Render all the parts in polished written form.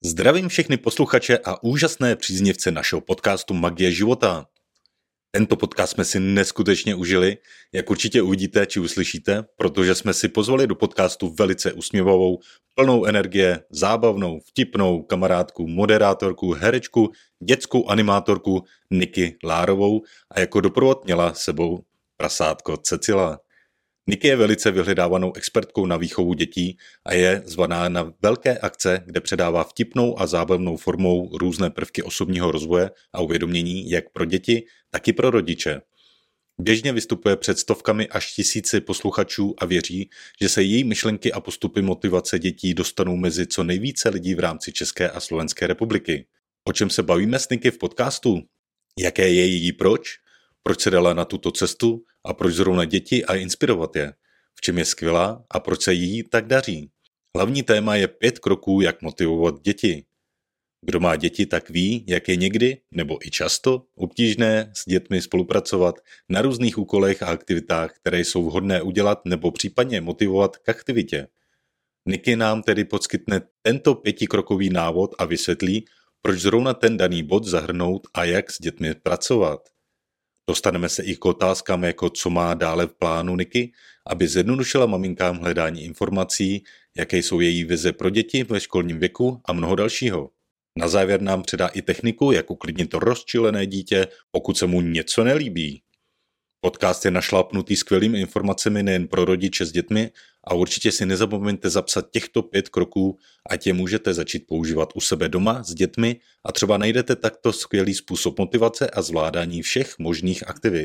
Zdravím všechny posluchače a úžasné příznivce našeho podcastu Magie života. Tento podcast jsme si neskutečně užili, jak určitě uvidíte či uslyšíte, protože jsme si pozvali do podcastu velice usměvavou, plnou energie, zábavnou, vtipnou kamarádku, moderátorku, herečku, dětskou animátorku Niky Lárovou a jako doprovod měla sebou prasátko Cecila. Niky je velice vyhledávanou expertkou na výchovu dětí a je zvaná na velké akce, kde předává vtipnou a zábavnou formou různé prvky osobního rozvoje a uvědomění jak pro děti, tak i pro rodiče. Běžně vystupuje před stovkami až tisíci posluchačů a věří, že se její myšlenky a postupy motivace dětí dostanou mezi co nejvíce lidí v rámci České a Slovenské republiky. O čem se bavíme s Niky v podcastu? Jaké je její proč? Proč se dala na tuto cestu a proč zrovna děti a inspirovat je? V čem je skvělá a proč se jí tak daří? Hlavní téma je 5 kroků, jak motivovat děti. Kdo má děti, tak ví, jak je někdy, nebo i často, obtížné s dětmi spolupracovat na různých úkolech a aktivitách, které jsou vhodné udělat nebo případně motivovat k aktivitě. Niky nám tedy poskytne tento 5krokový návod a vysvětlí, proč zrovna ten daný bod zahrnout a jak s dětmi pracovat. Dostaneme se i k otázkám, jako co má dále v plánu Niky, aby zjednodušila maminkám hledání informací, jaké jsou její vize pro děti ve školním věku a mnoho dalšího. Na závěr nám předá i techniku, jak uklidnit to rozčilené dítě, pokud se mu něco nelíbí. Podcast je našlápnutý skvělými informacemi nejen pro rodiče s dětmi a určitě si nezapomeňte zapsat těchto 5 kroků, ať je můžete začít používat u sebe doma s dětmi a třeba najdete takto skvělý způsob motivace a zvládání všech možných aktivit.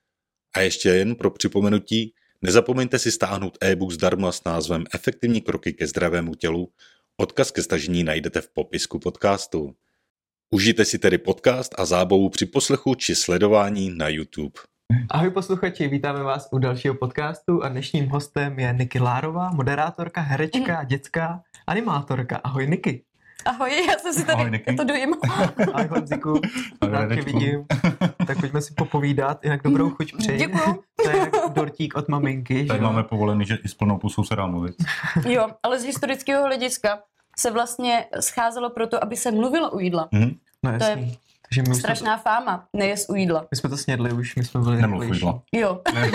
A ještě jen pro připomenutí, nezapomeňte si stáhnout e-book zdarma s názvem Efektivní kroky ke zdravému tělu. Odkaz ke stažení najdete v popisku podcastu. Užijte si tedy podcast a zábavu při poslechu či sledování na YouTube. Ahoj posluchači, vítáme vás u dalšího podcastu a dnešním hostem je Niky Lárová, moderátorka, herečka, dětská animátorka. Ahoj Niky. Ahoj, já jsem si tady to dojím. Ahoj Honziku, rád tě vidím. Tak pojďme si popovídat, jinak dobrou chuť přeji. Děkuju. To je jak dortík od maminky. Tady máme povolený, že i s plnou pusou se dá mluvit. Jo, ale z historického hlediska se vlastně scházelo proto, aby se mluvilo u jídla. No jasný. To je strašná fáma, nejest u jídla. My jsme to snědli už, my jsme byli Nemluv u jídla. Jo. Ne.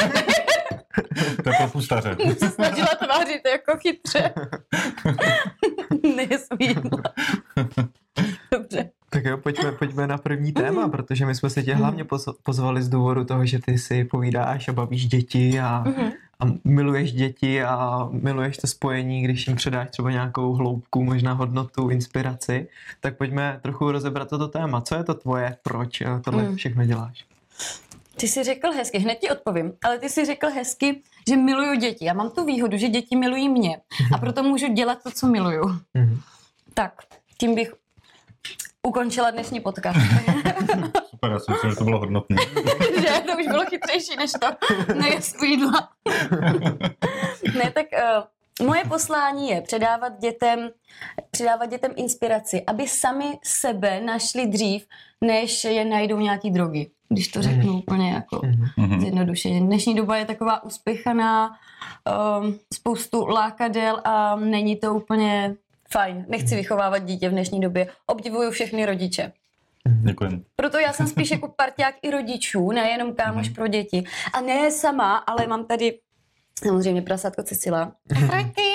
To je pro pustaře. Jsem se snažila tvářit jako chytře. Nejest u jídla. Dobře. Tak jo, pojďme na první téma, protože my jsme se tě hlavně pozvali z důvodu toho, že ty si povídáš a bavíš děti a miluješ děti a miluješ to spojení, když jim předáš třeba nějakou hloubku, možná hodnotu, inspiraci. Tak pojďme trochu rozebrat toto téma. Co je to tvoje, proč tohle všechno děláš? Ty jsi řekl hezky, hned ti odpovím, ale ty jsi řekl hezky, že miluju děti. Já mám tu výhodu, že děti milují mě a proto můžu dělat to, co miluju. Tak, tím bych ukončila dnešní podcast. Super, já si myslím, že to bylo hodnotné. Že to už bylo chytřejší než to nejest u jídla. Ne, tak moje poslání je předávat dětem inspiraci, aby sami sebe našli dřív, než je najdou nějaký drogy. Když to řeknu úplně jako zjednodušeně. Dnešní doba je taková uspěchaná, spoustu lákadel a není to úplně fajn. Nechci vychovávat dítě v dnešní době. Obdivuju všechny rodiče. Děkuji. Proto já jsem spíš jako parťák i rodičů, nejenom kámoš pro děti. A ne sama, ale mám tady samozřejmě prasátko Cecila. Ahojky.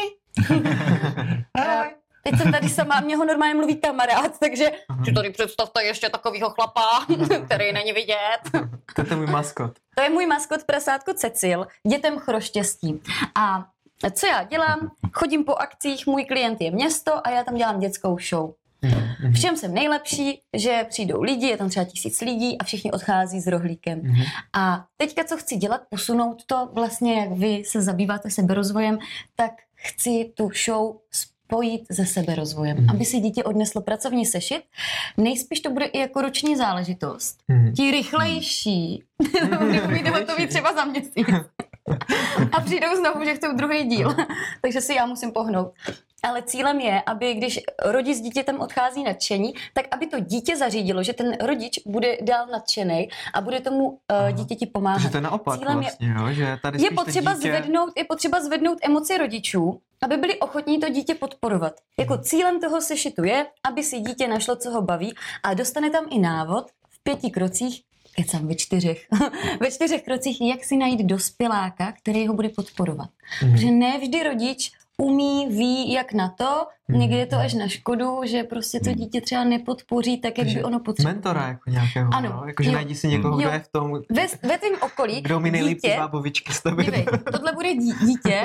Teď jsem tady sama, mě ho normálně mluví kamarád, takže si tady představte ještě takovýho chlapa, který není vidět. To je můj maskot. To je můj maskot prasátko Cecil, dětem chroštěstí. A co já dělám? Chodím po akcích, můj klient je město a já tam dělám dětskou show. V čem jsem nejlepší, že přijdou lidi, je tam třeba 1000 lidí a všichni odchází s rohlíkem. A teďka, co chci dělat, posunout to vlastně, jak vy se zabýváte seberozvojem, tak chci tu show spojit se seberozvojem, aby si dítě odneslo pracovní sešit. Nejspíš to bude i jako roční záležitost. Ti rychlejší budou mít hotový třeba za měsíc. A přijdou znovu, že chcou druhý díl. Takže si já musím pohnout. ale cílem je, aby když rodič s dítětem odchází nadšení, tak aby to dítě zařídilo, že ten rodič bude dál nadšenej a bude tomu dítěti pomáhat. Takže to je naopak Cílem vlastně, jo? Že tady je potřeba zvednout emoci rodičů, aby byli ochotní to dítě podporovat. Jako cílem toho sešitu je, aby si dítě našlo, co ho baví a dostane tam i návod v 5 krocích, kecám ve 4, ve 4 krocích, jak si najít dospěláka, který ho bude podporovat. Protože ne vždy rodič ví, jak na to, někdy je to až na škodu, že prostě to dítě třeba nepodpoří tak, jak by ono potřebuje. Mentora jako nějakého, ano, jakože najdi si někoho, kdo je v tom, ve tvým okolí, kdo mi nejlíp ty bábovičky staví. Dívej, tohle bude dítě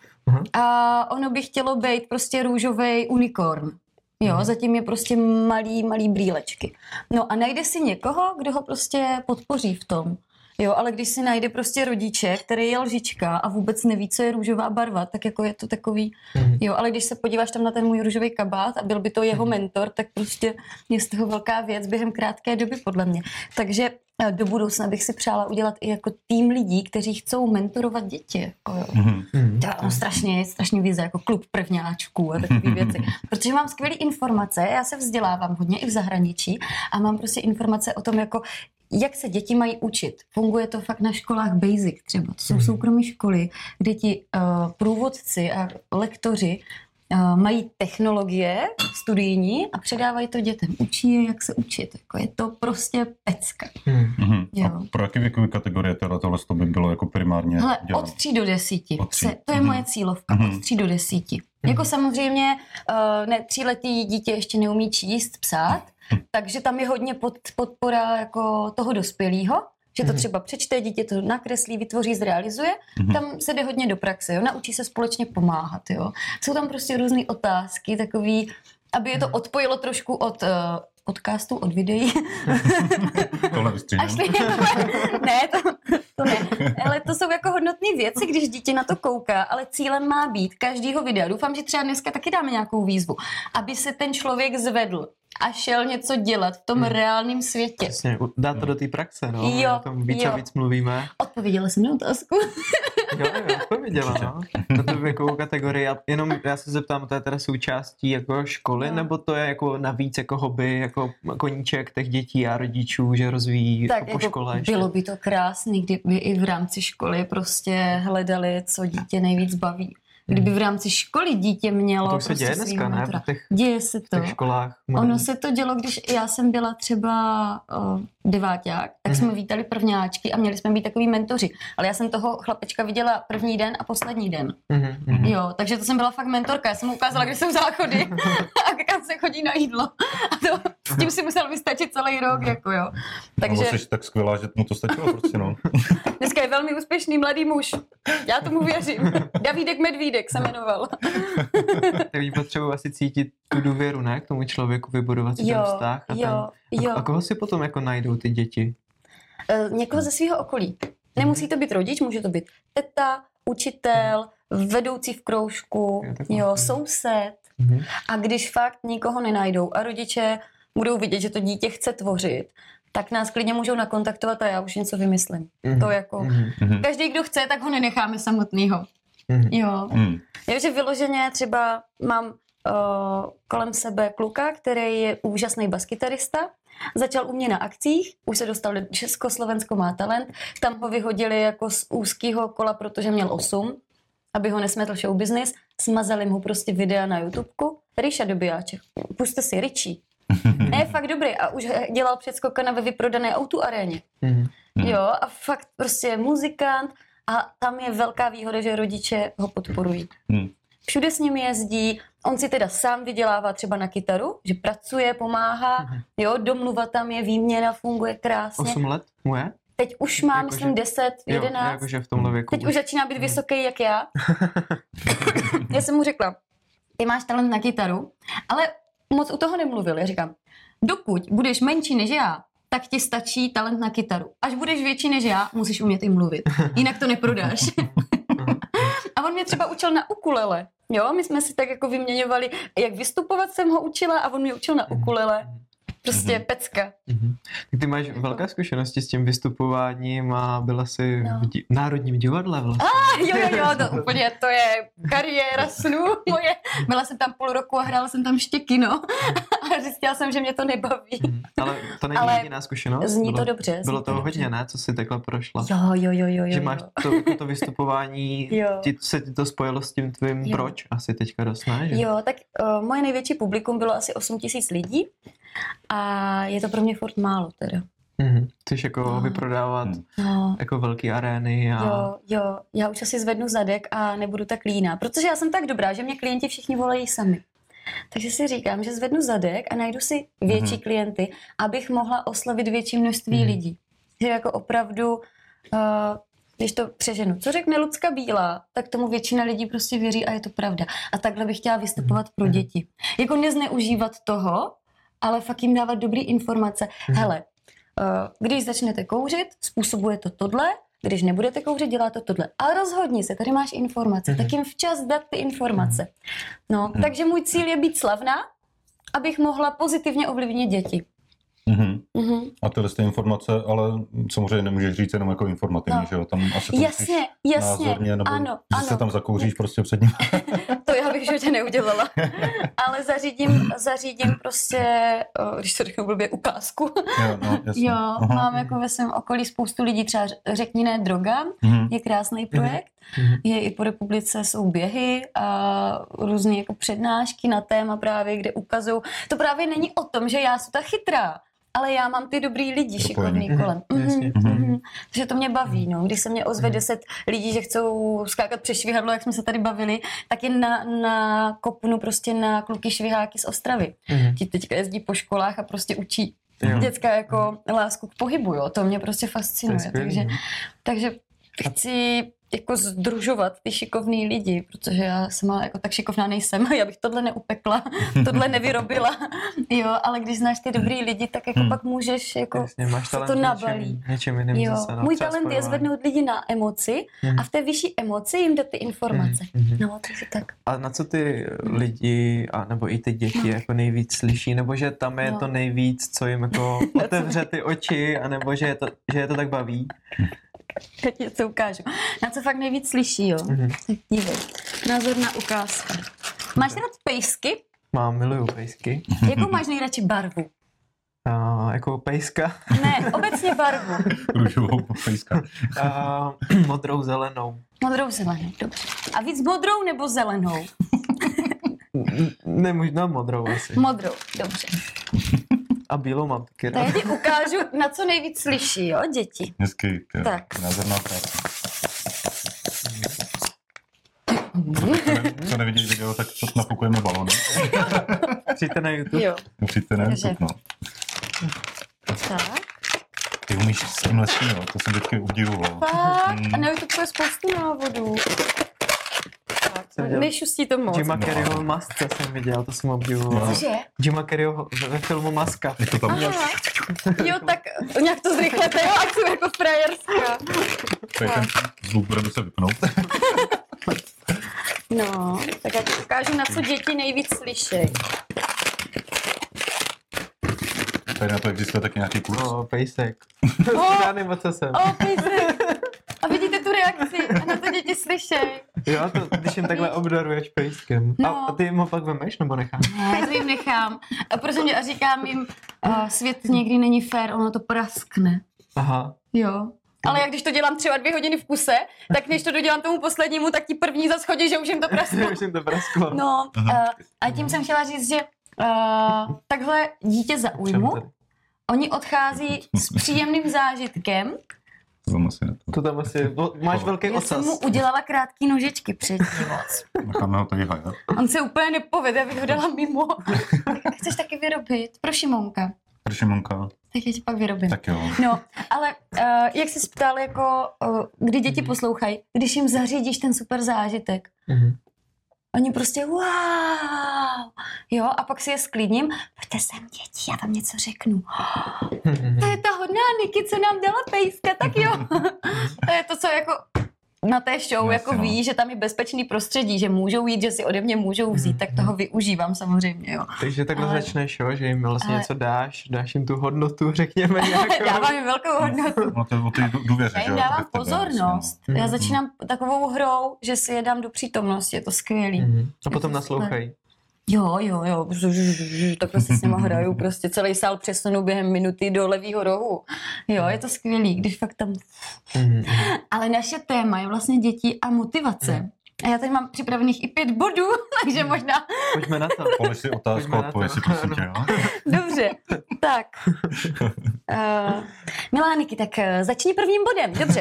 a ono by chtělo být prostě růžovej unikorn. Jo, zatím je prostě malý brýlečky. No a najde si někoho, kdo ho prostě podpoří v tom. Jo, ale když si najde prostě rodiče, který je lžička a vůbec neví, co je růžová barva, tak jako je to takový, jo, ale když se podíváš tam na ten můj růžový kabát a byl by to jeho mentor, tak prostě je z toho velká věc během krátké doby, podle mě. Takže do budoucna bych si přála udělat i jako tým lidí, kteří chcou mentorovat děti. To je strašně vize, jako klub prvňáčků a takové věci. Protože mám skvělé informace, já se vzdělávám hodně i v zahraničí a mám prostě informace o tom, jako jak se děti mají učit. Funguje to fakt na školách Basic třeba. To jsou soukromé školy, kde ti průvodci a lektoři mají technologie studijní a předávají to dětem. Učí je, jak se učit. Jako je to prostě pecka. A pro jaké věkové kategorie tohle by bylo jako primárně dělat? Od 3 do 10. To je moje cílovka. Od 3 do 10. Jako samozřejmě ne 3letý dítě ještě neumí číst, psát, takže tam je hodně podpora jako toho dospělého, že to třeba přečte, dítě to nakreslí, vytvoří, zrealizuje. Tam se jde hodně do praxe, jo? Naučí se společně pomáhat. Jo? Jsou tam prostě různé otázky, takový, aby je to odpojilo trošku od podcastů, od videí. Tohle vystřídám. Ne, to ne. Ale to jsou jako hodnotné věci, když dítě na to kouká, ale cílem má být každýho videa. Doufám, že třeba dneska taky dáme nějakou výzvu, aby se ten člověk zvedl a šel něco dělat v tom reálném světě. Přesně, dá to do té praxe, no. Jo, o tom víc a víc mluvíme. Odpověděla jsem na otázku. Jo, odpověděla, no. Na tu věkovou kategorii. A jenom já se zeptám, to je teda součástí jako školy, nebo to je jako navíc jako hobby, jako koníček těch dětí a rodičů, že rozvíjí tak jako po škole? Bylo by to krásný, kdyby i v rámci školy prostě hledali, co dítě nejvíc baví. Kdyby v rámci školy dítě mělo... A to už se prostě děje dneska, ne? Děje se to. V těch školách. Ono se to dělo, když já jsem byla třeba deváťák, tak jsme vítali prvňáčky a měli jsme být takový mentoři. Ale já jsem toho chlapečka viděla první den a poslední den. Jo, takže to jsem byla fakt mentorka. Já jsem mu ukázala, kde jsou záchody a kam se chodí na jídlo. A to, s tím si musel vystačit celý rok, jako jo. Takže... No, jsi tak skvělá, že mu to stačilo prostě, no. Dneska je velmi úspěšný mladý muž. Já tomu věřím. Davídek Medvídek se jmenoval. Ty potřebuji asi cítit tu důvěru, ne? K tomu člověku vybudovat si ten vztah. A koho si potom jako najdou ty děti? Někoho ze svého okolí. Nemusí to být rodič, může to být teta, učitel, vedoucí v kroužku, soused. A když fakt nikoho nenajdou a rodiče budou vidět, že to dítě chce tvořit, tak nás klidně můžou nakontaktovat a já už něco vymyslím. To jako každý, kdo chce, tak ho nenecháme samotnýho. Jo. Je, že vyloženě třeba mám kolem sebe kluka, který je úžasný baskytarista. Začal u mě na akcích, už se dostal do Československo má talent. Tam ho vyhodili jako z úzkého kola, protože měl 8, aby ho nesmetl show business. Smazali mu prostě videa na YouTubeku. Ríša Dobijáček. Puste si Richie. Ne, fakt dobrý. A už dělal předskokana ve vyprodané autoaréně. Jo, a fakt prostě muzikant. A tam je velká výhoda, že rodiče ho podporují. Všude s ním jezdí, on si teda sám vydělává třeba na kytaru, že pracuje, pomáhá, jo, domluva tam je, výměna funguje krásně. 8 let mu je? Teď už má, jako myslím, 10, 11. Jakože v tomhle věku. Teď už začíná být vysoký, jak já. Já jsem mu řekla, ty máš talent na kytaru, ale moc u toho nemluvil. Já říkám, dokud budeš menší než já, tak ti stačí talent na kytaru. Až budeš větší než já, musíš umět i mluvit. Jinak to neprodáš. A on mě třeba učil na ukulele. Jo, my jsme si tak jako vyměňovali, jak vystupovat jsem ho učila a on mě učil na ukulele. Prostě pecka. Tak ty máš velké zkušenosti s tím vystupováním a byla jsi v Národním divadle vlastně. Jo, to úplně, to je kariéra snů moje. Byla jsem tam půl roku a hrála jsem tam štěky, no. A zjistila jsem, že mě to nebaví. Ale to není jediná zkušenost? Zní to dobře. Bylo toho hodně, ne? Co jsi takhle prošla? Jo. Že máš to vystupování, se ti to spojilo s tím tvým proč? Asi teďka dost, ne? Že? Jo, tak moje největší publikum bylo asi 8 000 lidí a je to pro mě furt málo teda. Chceš jako vyprodávat jako velký arény a... Jo, já už asi zvednu zadek a nebudu tak líná, protože já jsem tak dobrá, že mě klienti všichni volají sami. Takže si říkám, že zvednu zadek a najdu si větší klienty, abych mohla oslovit větší množství lidí. Že jako opravdu, když to přeženu, co řekne Lucka Bílá, tak tomu většina lidí prostě věří a je to pravda. A takhle bych chtěla vystupovat pro děti. Jako nezneužívat toho, ale fakt jim dávat dobrý informace. Hele, když začnete kouřit, způsobuje to tohle, když nebudete kouřit, dělá to tohle. Ale rozhodni se, tady máš informace, tak jim včas dát ty informace. No, takže můj cíl je být slavná, abych mohla pozitivně ovlivnit děti. A tyhle ty informace, ale samozřejmě nemůžeš říct jenom jako informativní, že jo? Tam asi to jasně, názorně, nebo ano. že se tam zakouříš prostě před ním. To já bych životě neudělala. Ale zařídím prostě, když to řeknu blbě, ukázku. Jasně. Mám jako ve svém okolí spoustu lidí, třeba Řekni ne drogám, je krásný projekt. Je i po republice, jsou běhy a různé jako přednášky na téma právě, kde ukazují. To právě není o tom, že já jsem ta chytrá, ale já mám ty dobrý lidi šikovný kolem. Takže to mě baví, no. Když se mě ozve 10 lidí, že chcou skákat přes švihadlo, jak jsme se tady bavili, tak je na kopnu prostě na kluky šviháky z Ostravy. Ti teďka jezdí po školách a prostě učí děcka jako lásku k pohybu, jo. To mě prostě fascinuje. Takže chci jako združovat ty šikovný lidi, protože já sama jako tak šikovná nejsem, já bych tohle neupekla, tohle nevyrobila, jo, ale když znáš ty dobrý lidi, tak jako pak můžeš jako jasně, máš se to nabalí. Něčem jiným jo. zase. Můj talent je zvednout lidi na emoci a v té vyšší emoci jim dát ty informace. No, takže tak. A na co ty lidi, a nebo i ty děti jako nejvíc slyší, nebo že tam je to nejvíc, co jim jako otevře ty oči, anebo že je to tak baví? Teď něco ukážu. Na co fakt nejvíc slyší, jo? Tak dívej. Názorná ukázka. Máš rád pejsky? Miluju pejsky. Jakou máš nejradši barvu? Jako pejska? Ne, obecně barvu. Růžovou pejska. Modrou, zelenou. Modrou, zelenou, dobře. A víc modrou nebo zelenou? Nemožná modrou asi. Modrou, dobře. A bílou mám taky rád. Tak já ti ukážu, na co nejvíc slyší, jo, děti. Hezky, tak. Názorná práce. Co nevidí video, tak to nafukujeme balony. Přijďte na YouTube. Jo. Přijďte na YouTube, no. Tak. Ty umíš s tím lesním, jo? To jsem vždycky obdivoval. Fakt? A na YouTube je spoustu návodů. Nešustí to moc. Jima Carreyho v masce jsem viděl, to jsem obdivoval. Cože? Jima Carreyho ve filmu Maska. Je to tam. Jo, tak nějak to zrychlete, jo, ať jsem jako frajerská. Tady ten zvuk budeme se vypnout. No, tak já ti ukážu, na co děti nejvíc slyšej. Tady na to existuje taky nějaký kurz. Pejsek. Já nevím, co jsem. Pejsek. A vidíte tu reakci a na to děti slyšej. Jo, to, když jim takhle obdaruješ pejskem. No. A ty jim ho pak vemeš, nebo necháš? Ne, to jim nechám. A říkám jim, svět někdy není fér, ono to praskne. Aha. Jo. Ale jak když to dělám třeba 2 hodiny v kuse, tak než to dodělám tomu poslednímu, tak ti první zas chodí, že už jim to prasklo. Už jim to prasklo. No, a tím jsem chtěla říct, že takhle dítě zaujmu. Oni odchází s příjemným zážitkem. To tam asi, máš velký ocas. Já jsem mu udělala krátký nožičky předtím moc. Necháme ho tady hajat. On se úplně nepovede, abych ho dala mimo. Chceš taky vyrobit? Pro Šimonka. Pro Šimonka. Tak já ti pak vyrobím. Tak jo. No, ale jak jsi ptal, jako, kdy děti poslouchají, když jim zařídíš ten super zážitek. Oni prostě wow, jo, a pak si je sklidním, pojďte sem děti, já vám něco řeknu. To je ta hodná Niky, co nám dala pejska, tak jo. To je to, co jako na té show jako ví, že tam je bezpečný prostředí, že můžou jít, že si ode mě můžou vzít, tak toho využívám samozřejmě, jo. Takže takhle začneš, jo, že jim vlastně něco dáš jim tu hodnotu, řekněme nějakou. Dávám jim velkou hodnotu. No to je o té důvěře, Já jim dávám pozornost. Já začínám takovou hrou, že si je dám do přítomnosti, je to skvělý. A potom naslouchají. Jo, takhle si s nima hraju, prostě celý sál přesunu během minuty do levýho rohu. Jo, je to skvělý, když fakt tam... Ale naše téma je vlastně děti a motivace. A já tady mám připravených i 5 bodů, takže možná... Pojďme na to. Polož si otázku a odpověď si prosím tě, jo? Dobře, tak. Milániky, tak začni prvním bodem, dobře.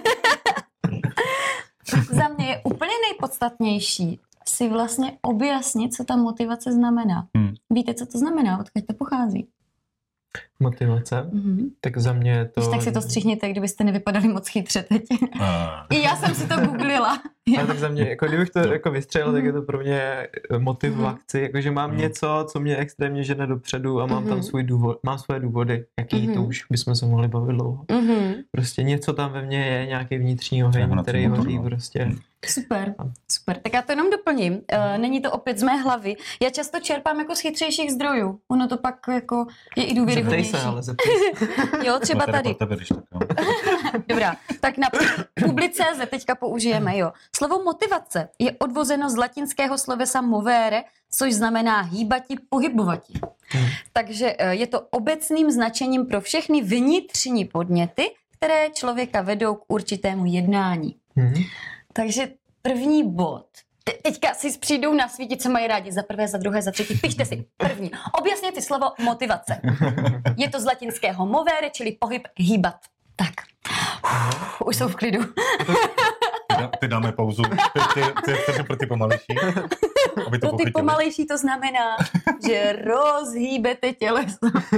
Za mě je úplně nejpodstatnější si vlastně objasnit, co ta motivace znamená. Víte, co to znamená? Odkud to pochází? Motivace? Tak za mě to... Tak si to střihněte, kdybyste nevypadali moc chytře teď. I já jsem si to googlila. Ale tak za mě, jako kdybych to jako vystřelil, tak je to pro mě motiv v akci, jakože mám něco, co mě extrémně žene dopředu a mám tam mám svoje důvody, jaký to už bychom se mohli bavit dlouho. Prostě něco tam ve mně je, nějaký vnitřní oheň, který hoří prostě. Super. Tak já to jenom doplním. Není to opět z mé hlavy. Já často čerpám jako z chytřejších zdrojů. Ono to pak jako je i důvěryhodnější. Zeptej se. Jo, třeba tady. Dobrá, tak na public.cz teďka použijeme, jo. Slovo motivace je odvozeno z latinského slovesa movere, což znamená hýbati, pohybovati. Takže je to obecným značením pro všechny vnitřní podněty, které člověka vedou k určitému jednání. Takže první bod. Teďka si přijdou nasvítit, co mají rádi. Za prvé, za druhé, za třetí. Pište si. První. Objasněte slovo motivace. Je to z latinského movere, čili pohyb, hýbat. Tak. Už jsou v klidu. Ty dáme pauzu. Ty pro ty pomalejší. Pro ty pomalejší to znamená, že rozhýbete těleso.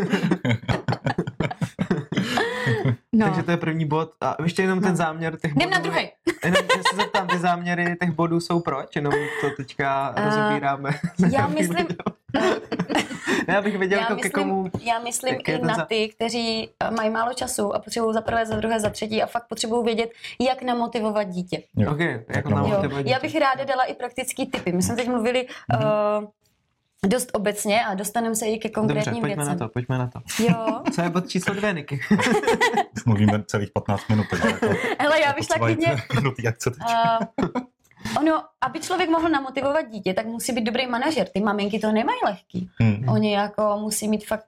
No. Takže to je první bod. A ještě jenom ten záměr těch bodů. Jdem na druhý. Jenom se zeptám, ty záměry těch bodů jsou proč? Jenom to teďka rozebíráme. Já myslím... Já bych věděl, ke komu... Já myslím i na ty, kteří mají málo času a potřebují za prvé, za druhé, za třetí a fakt potřebují vědět, jak namotivovat dítě. Okay, jak namotivovat dítě. Já bych ráda dala i praktický tipy. My jsme teď mluvili dost obecně a dostaneme se i ke konkrétním věcem. Pojďme na to. Jo. Co je bod číslo 2, Niky? Už mluvíme celých 15 minut. Hele, já bych tak klidně... Ono, aby člověk mohl namotivovat dítě, tak musí být dobrý manažer. Ty maminky to nemají lehký. Oni jako musí mít fakt...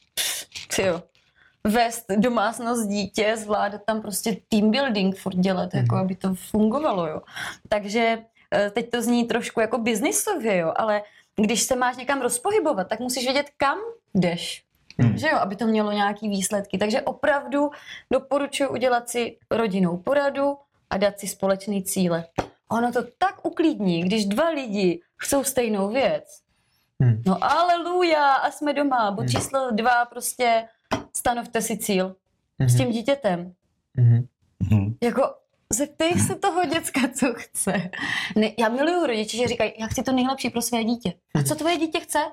vést domácnost dítě, zvládat tam prostě team building furt dělat, jako aby to fungovalo, jo. Takže teď to zní trošku jako biznisově, jo, ale když se máš někam rozpohybovat, tak musíš vědět, kam jdeš. Že jo, aby to mělo nějaký výsledky. Takže opravdu doporučuji udělat si rodinnou poradu a dát si společný cíle. Ono to tak uklidní, když 2 lidi chcou stejnou věc. No aleluja, a jsme doma. Bod číslo 2, prostě stanovte si cíl s tím dítětem. Jako zeptej se toho děcka, co chce. Ne, já miluju rodiče, že říkají, já chci to nejlepší pro své dítě. A co tvoje dítě chce?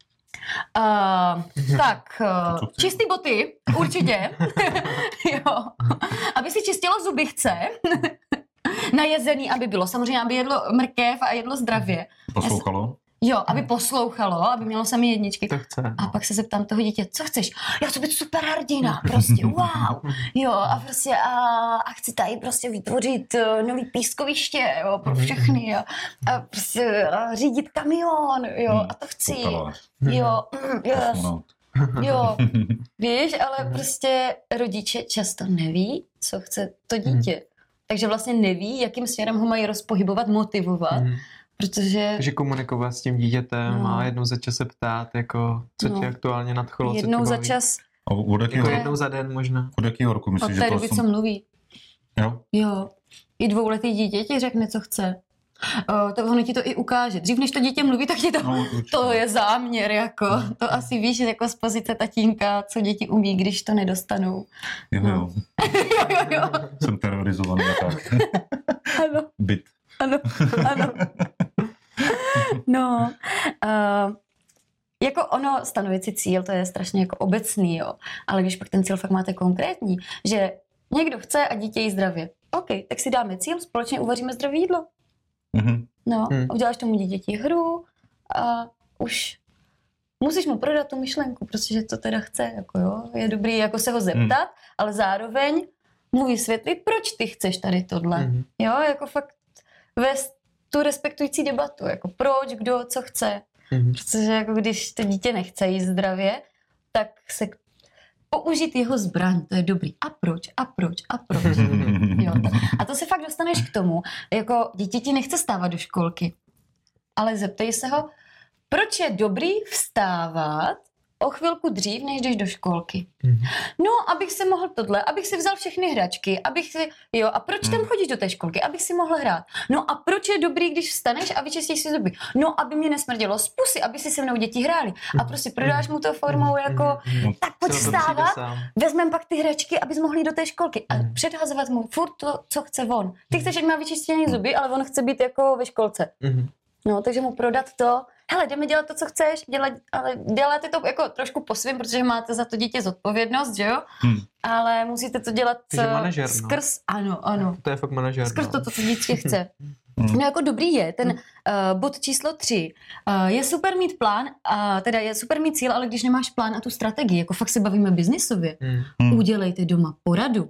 Čistý boty, určitě. Jo. Aby si čistilo zuby chce. Najezený, aby bylo. Samozřejmě, aby jedlo mrkev a jedlo zdravě. Poslouchalo? Jo, aby poslouchalo, aby mělo sami jedničky. To chce. A pak se zeptám toho dítě, co chceš? Já chci být super hrdina, prostě, wow. Jo, a prostě a chci tady prostě vytvořit nový pískoviště, jo, pro všechny, jo. A prostě řídit kamion, jo, a to chci. Jo, yes. Jo, víš, ale prostě rodiče často neví, co chce to dítě. Takže vlastně neví, jakým směrem ho mají rozpohybovat, motivovat. Takže komunikovat s tím dítětem a jednou za čas se ptát, jako, co tě aktuálně nadchlo, co tě baví. Jednou za čas. Jako jednou za den možná. Od jakého roku myslíš, že to... Od té doby, co mluví. Jo? Jo. I 2letý dítě ti řekne, co chce. To ono ti to i ukáže. Dřív, než to dítě mluví, tak ti to... To je záměr, jako. To asi víš, jako z pozice tatínka, co děti umí, když to nedostanou. Jo. Jo. Jsem terorizovaný a tak. Ano. Byt. Ano. No, jako ono, stanovit si cíl, to je strašně jako obecný, jo. Ale když pak ten cíl fakt máte konkrétní, že někdo chce a dítě jí zdravě. OK, tak si dáme cíl, společně uvaříme zdravé jídlo. Mhm. No, uděláš tomu dítěti hru a už musíš mu prodat tu myšlenku, protože to teda chce, jako jo, je dobrý jako se ho zeptat, ale zároveň mu vysvětlit, proč ty chceš tady tohle. Jo, jako fakt vést tu respektující debatu, jako proč, kdo, co chce. Protože jako když to dítě nechce jíst zdravě, tak se použít jeho zbraň, to je dobrý. A proč? A proč? A proč? Jo, a to se fakt dostaneš k tomu, jako dítě ti nechce stávat do školky, ale zeptej se ho, proč je dobrý vstávat o chvilku dřív, než jdeš do školky. No, abych si mohl tohle, abych si vzal všechny hračky, a proč tam chodíš do té školky? Abych si mohl hrát. No a proč je dobrý, když vstaneš a vyčistíš si zuby? No, aby mě nesmrdělo z pusy, aby si se mnou děti hráli. A prostě prodáš mu to formou jako, tak pojď vstávat, vezmeme pak ty hračky, abys mohl jít do té školky a předhazovat mu furt to, co chce on. Ty chceš, ať má vyčištěný zuby, ale on chce být jako ve školce. No, takže mu prodat to, hele, jdeme dělat to, co chceš, ale děláte to jako trošku po svým, protože máte za to dítě zodpovědnost, že jo? Ale musíte to dělat manažer, skrz, ano. To je fakt manažer. Skrz to, co dítě chce. No jako dobrý je, ten bod číslo 3. Je super mít plán, teda je super mít cíl, ale když nemáš plán a tu strategii, jako fakt se bavíme biznisově, udělejte doma poradu.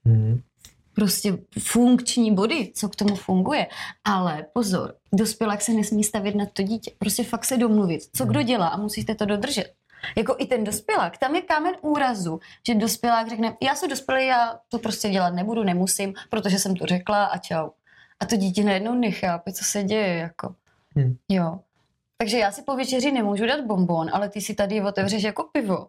Prostě funkční body, co k tomu funguje. Ale pozor, dospělák se nesmí stavět na to dítě. Prostě fakt se domluvit, co kdo dělá a musíte to dodržet. Jako i ten dospělák, tam je kámen úrazu, že dospělák řekne, já jsem dospělý, já to prostě dělat nebudu, nemusím, protože jsem to řekla a čau. A to dítě najednou nechápe, co se děje, jako. Jo. Takže já si po večeři nemůžu dát bonbon, ale ty si tady otevřeš jako pivo.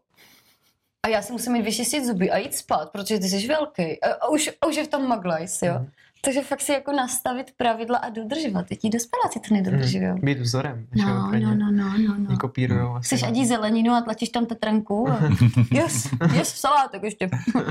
A já si musím jít vyčistit zuby a jít spát, protože ty jsi velký. A už je v tom maglajs, jo. Takže fakt si jako nastavit pravidla a dodržovat. Teď dospěláci to nedodržují. Být vzorem. No. Nekopírujou. Chceš ať jí zeleninu a tlačíš tam tetranku. Yes, salátek ještě.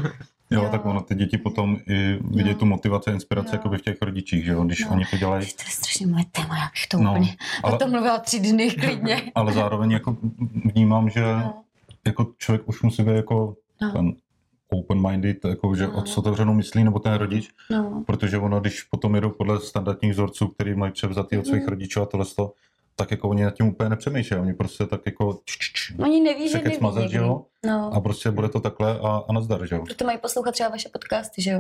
Jo, tak ono, ty děti potom i vidějí tu motivaci a inspiraci jakoby v těch rodičích, že jo, když oni to dělají. To je strašně moje téma, já bych to úplně, o tom mluvila 3 dny klidně. Ale zároveň jako vnímám, že jako člověk už musí být jako ten open-minded, jako, že s otevřenou myslí, nebo ten rodič, protože ono, když potom jedou podle standardních vzorců, který mají převzatý od svých rodičů a tohle, tak jako oni nad tím úplně nepřemýšlejí, oni prostě tak jako oni neví, že neví smazat, že jo? A prostě bude to takhle a nazdar, že jo? Proto mají poslouchat třeba vaše podcasty, že jo?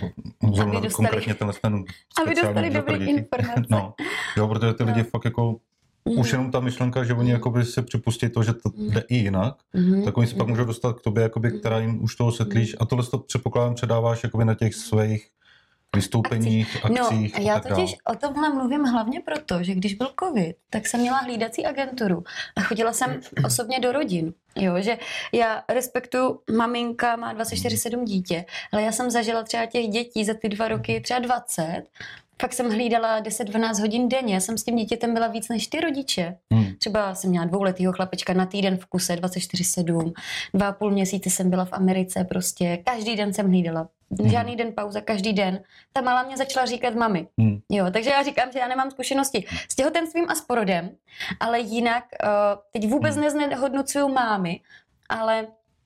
Zrovna konkrétně ten aby dostali dobrý informace. No, jo, protože ty lidi fakt jako už jenom ta myšlenka, že oni jakoby se připustí to, že to jde i jinak, tak oni se pak můžou dostat k tobě, jakoby, která jim už to osvětlíš a tohle to předpokládám předáváš jakoby na těch svých vystoupeních, akcích. No, já totiž o tomhle mluvím hlavně proto, že když byl covid, tak jsem měla hlídací agenturu a chodila jsem osobně do rodin. Jo, že já respektuju, maminka má 24/7 dítě, ale já jsem zažila třeba těch dětí za ty 2 roky třeba 20. Fakt jsem hlídala 10-12 hodin denně, jsem s tím dítětem byla víc než ty rodiče. Třeba jsem měla 2letýho chlapečka na týden v kuse, 24/7. 2,5 měsíce jsem byla v Americe, prostě každý den jsem hlídala. Žádný den pauza, každý den. Ta malá mě začala říkat mami. Jo, takže já říkám, že já nemám zkušenosti s těhotenstvím a s porodem, ale jinak teď vůbec neznehodnocuju mámy, ale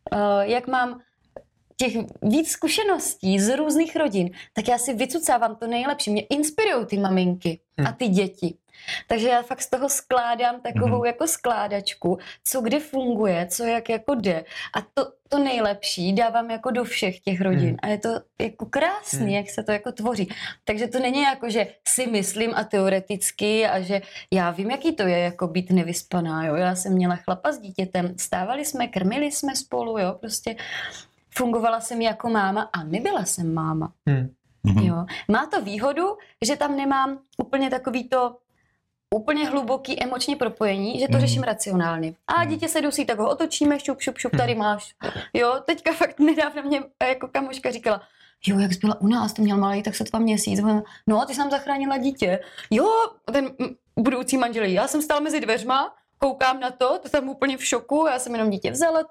jak mám těch víc zkušeností z různých rodin, tak já si vycucávám to nejlepší. Mě inspirují ty maminky a ty děti. Takže já fakt z toho skládám takovou jako skládačku, co kde funguje, co jak jako jde. A to nejlepší dávám jako do všech těch rodin. A je to jako krásný, jak se to jako tvoří. Takže to není jako, že si myslím a teoreticky a že já vím, jaký to je jako být nevyspaná. Jo? Já jsem měla chlapa s dítětem, stávali jsme, krmili jsme spolu, jo, prostě fungovala jsem jako máma a nebyla jsem máma. Jo. Má to výhodu, že tam nemám úplně takový to úplně hluboký emoční propojení, že to řeším racionálně. A dítě se dusí, tak ho otočíme, šup, tady máš. Jo, teďka fakt nedávno mě jako kamoška říkala, jo, jak jsi byla u nás, to měl malý, tak se 2 měsíce. No, ty jsi nám zachránila dítě. Jo, ten budoucí manžel, já jsem stál mezi dveřma, koukám na to tam úplně v šoku, já jsem jenom dítě vzala,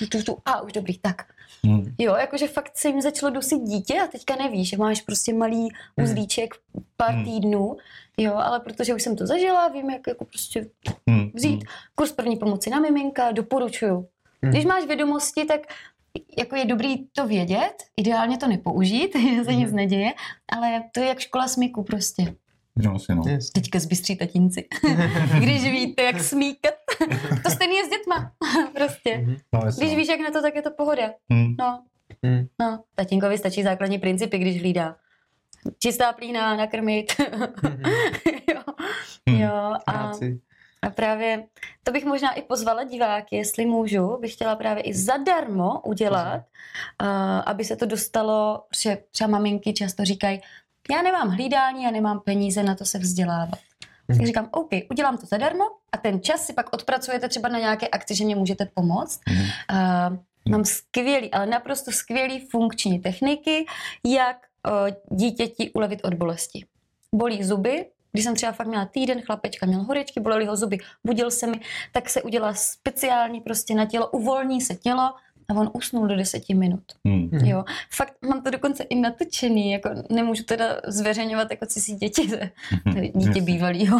a už dobrý, tak. Jo, jakože fakt se jim začalo dusit dítě a teďka nevíš, že máš prostě malý uzlíček pár týdnů, jo, ale protože už jsem to zažila, vím, jak jako prostě vzít kurz první pomoci na miminka, doporučuju. Když máš vědomosti, tak jako je dobrý to vědět, ideálně to nepoužít, že se nic neděje, ale to je jak škola smyku prostě. No. Teďka zbystří tatínci. Když víte, jak smíkat. To stejný je s dětma. Prostě. Když víš, jak na to, tak je to pohoda. No. Tatínkovi stačí základní principy, když hlídá. Čistá plína, nakrmit. Jo. A právě to bych možná i pozvala diváky, jestli můžu, bych chtěla právě i zadarmo udělat, aby se to dostalo, protože třeba maminky často říkají, já nemám hlídání, já nemám peníze na to se vzdělávat. Tak říkám, OK, udělám to zadarmo a ten čas si pak odpracujete třeba na nějaké akci, že mě můžete pomoct. Mám skvělý, ale naprosto skvělý funkční techniky, jak dítěti ulevit od bolesti. Bolí zuby, když jsem třeba fakt měla týden, chlapečka měl horečky, bolely ho zuby, budil se mi, tak se udělá speciální prostě na tělo, uvolní se tělo a on usnul do 10 minut. Jo. Fakt mám to dokonce i natočený, jako nemůžu teda zveřejňovat jako cizí děti, dítě bývalýho.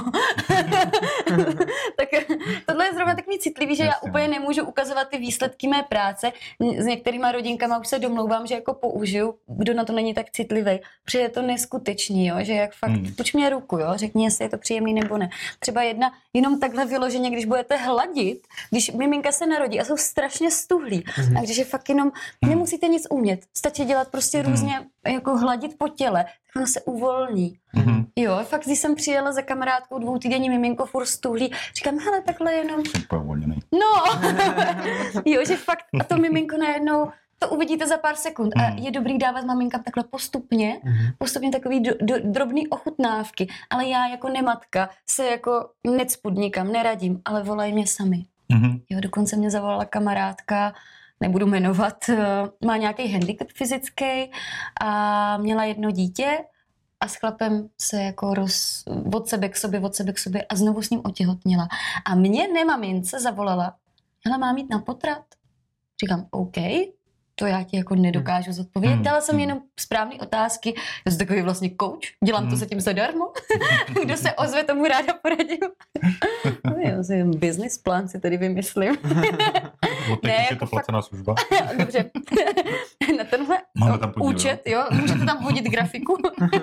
Tak tohle je zrovna takový citlivý, že já úplně nemůžu ukazovat ty výsledky mé práce. S některýma rodinkama už se domlouvám, že jako použiju, kdo na to není tak citlivý, protože je to neskutečný, jo, že jak fakt, puč mě ruku, jo, řekni, jestli je to příjemný nebo ne. Třeba jedna, jenom takhle vyloženě, když budete hladit, když miminka se narodí a jsou strašně stuhlí, a když je fakt jenom, nemusíte nic umět, stačí dělat prostě různě, jako hladit po těle, tak ono se uvolní. Jo, fakt, když jsem přijela za kamarádkou 2týdenní miminko, furt stuhlí, říkám, hele, takhle jenom. No, jo, že fakt, a to miminko najednou, to uvidíte za pár sekund a je dobrý dávat maminkám takhle postupně takový drobný ochutnávky, ale já jako nematka se jako necpu nikam, neradím, ale volají mě sami. Jo, dokonce mě zavolala kamarádka, nebudu jmenovat, má nějaký handicap fyzický a měla jedno dítě a s chlapem se jako od sebe k sobě a znovu s ním otěhotněla. A mě nemamince zavolala, hele, mám jít na potrat? Říkám, OK, to já ti jako nedokážu zodpovědět. Dala jsem jenom správné otázky. Já jsem takový vlastně coach, dělám to zatím zadarmo. Kdo se ozve, tomu ráda poradím. Business plán si tady vymyslím. Ne, je to placená služba. Dobře. Na tenhle účet, jo, můžete tam hodit grafiku.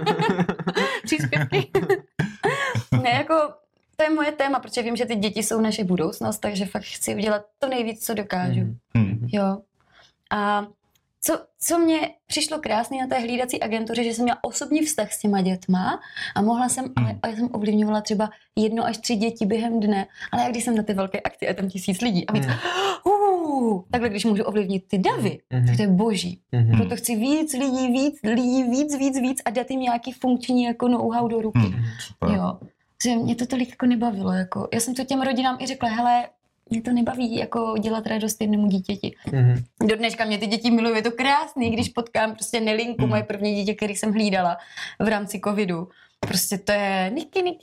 Příspěvky. Ne, jako to je moje téma, protože vím, že ty děti jsou naše budoucnost, takže fakt chci udělat to nejvíc, co dokážu. Jo. A co mě přišlo krásný na té hlídací agentuře, že jsem měla osobní vztah s těma dětma a mohla jsem, ale já jsem ovlivňovala třeba 1 až 3 děti během dne, ale jak když jsem na ty velké akci a tam 1000 lidí a víc, takhle když můžu ovlivnit ty davy, tak to je boží. Proto chci víc lidí, víc a dát jim nějaký funkční jako know-how do ruky. Jo. Že mě to tolik jako nebavilo. Jako. Já jsem to těm rodinám i řekla, hele, mě to nebaví jako dělat radost jednomu dítěti. Do dneška mě ty děti milují, je to krásný, když potkám prostě Nelinku, moje první dítě, který jsem hlídala v rámci covidu. Prostě to je Niky,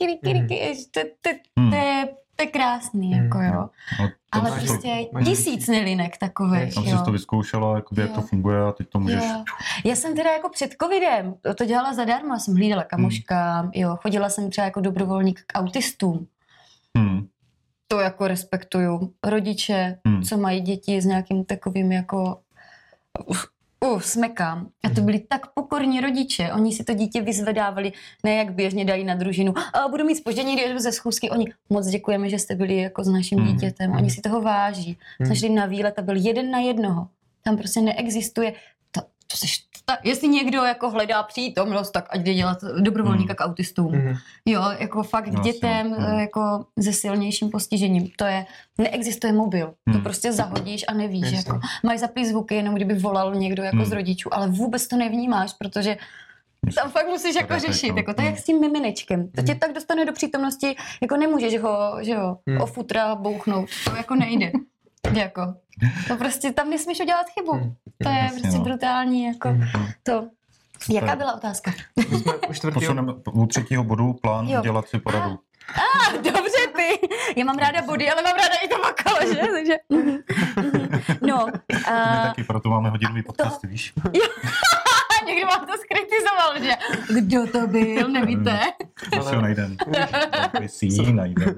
to je krásný, jako jo. Ale prostě 1000 Nelinek takových, jo. Jsi to vyzkoušela, jakoby, jak to funguje a teď to můžeš... Já jsem teda jako před covidem to dělala zadarmo, jsem hlídala kamoškám, jo, chodila jsem třeba jako dobrovolník k autistům. To jako respektuju. Rodiče, co mají děti s nějakým takovým jako smekám. A to byli tak pokorní rodiče. Oni si to dítě vyzvedávali, ne jak běžně dají na družinu. A budu mít zpoždění, když jdu ze schůzky. Oni moc děkujeme, že jste byli jako s naším dítětem. Oni si toho váží. Jsme šli na výlet a byl 1 na 1. Tam prostě neexistuje jestli někdo jako hledá přítomnost, tak ať jde dělat dobrovolníka k autistům. Jo, jako fakt k dětem jako se silnějším postižením. To je, neexistuje mobil. To prostě zahodíš a nevíš. Jako. Mají zapít zvuky, jenom kdyby volal někdo jako z rodičů, ale vůbec to nevnímáš, protože tam fakt musíš jako řešit. Jako, tak jak s tím miminečkem. To tě tak dostane do přítomnosti, jako nemůžeš ho, že jo, o futra bouchnout. To jako nejde. Jako. To prostě tam nesmíš udělat chybu. To je prostě brutální, jako to. Jaká byla otázka? Posuneme u 3. bodu plán dělat si poradu. Dobře ty. Já mám ráda body, ale mám ráda i to okolo, že? Takže... No. My taky, proto máme hodinový podcasty, víš? Někdo vám to skritizoval, že? Kdo to byl, nevíte? Já si ho najdem. Já si ji najdem.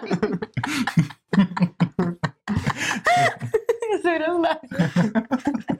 Já jsem hrozná.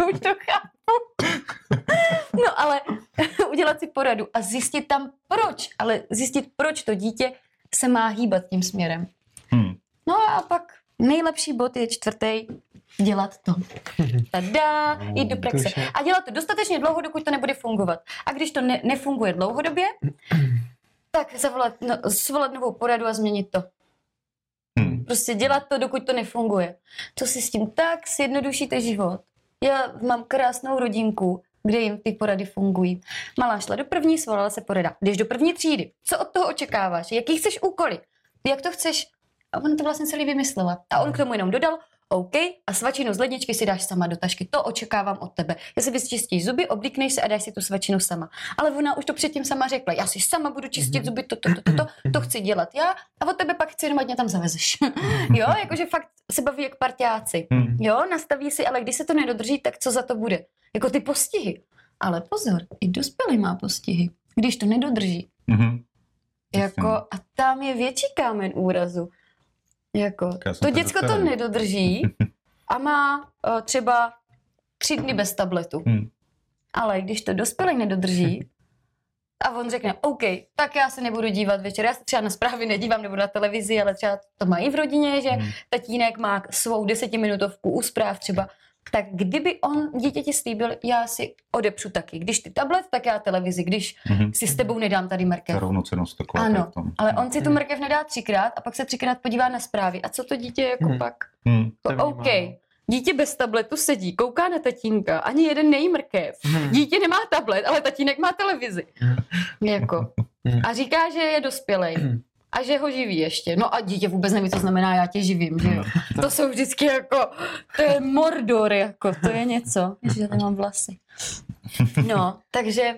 poradu a zjistit tam proč, ale zjistit, proč to dítě se má hýbat tím směrem. No a pak nejlepší bod je 4. dělat to. Tada, jít do praxe. A dělat to dostatečně dlouho, dokud to nebude fungovat. A když to nefunguje dlouhodobě, tak svolat novou poradu a změnit to. Prostě dělat to, dokud to nefunguje. To si s tím tak zjednodušíte život. Já mám krásnou rodinku, kde jim ty porady fungují. Malá šla do první, svolala se porada. Jdeš do první třídy. Co od toho očekáváš? Jaký chceš úkoly? Jak to chceš? A on to vlastně celý vymyslela. A on k tomu jenom dodal, OK, a svačinu z ledničky si dáš sama do tašky. To očekávám od tebe. Já si vyčistíš zuby, oblíkneš se a dáš si tu svačinu sama. Ale ona už to předtím sama řekla. Já si sama budu čistit zuby, to chci dělat já a od tebe pak chci jenom, ať mě tam zavezeš. Jo, jakože fakt se baví jak parťáci. Jo, nastaví si, ale když se to nedodrží, tak co za to bude? Jako ty postihy. Ale pozor, i dospělý má postihy, když to nedodrží. Jako, a tam je větší kámen úrazu. Jako, to děcko to nedodrží a má třeba 3 dny bez tabletu. Ale když to dospělý nedodrží a on řekne, OK, tak já se nebudu dívat večer, já se třeba na zprávy nedívám nebo na televizi, ale třeba to mají v rodině, že tatínek má svou 10minutovku u zpráv třeba, tak kdyby on dítěti slíbil, já si odepřu taky. Když ty tablet, tak já televizi. Když si s tebou nedám tady mrkev. Rovnocennost taková. Ano, ale on si tu mrkev nedá 3krát a pak se 3krát podívá na zprávy. A co to dítě jako pak? OK, dítě bez tabletu sedí, kouká na tatínka, ani jeden nejí mrkev. Dítě nemá tablet, ale tatínek má televizi. Jako. A říká, že je dospělej. A že ho živí ještě. No a dítě vůbec neví, co znamená já tě živím, že jo. To jsou vždycky jako, to je Mordor, jako, to je něco. Ježiš, já tady mám vlasy. No, takže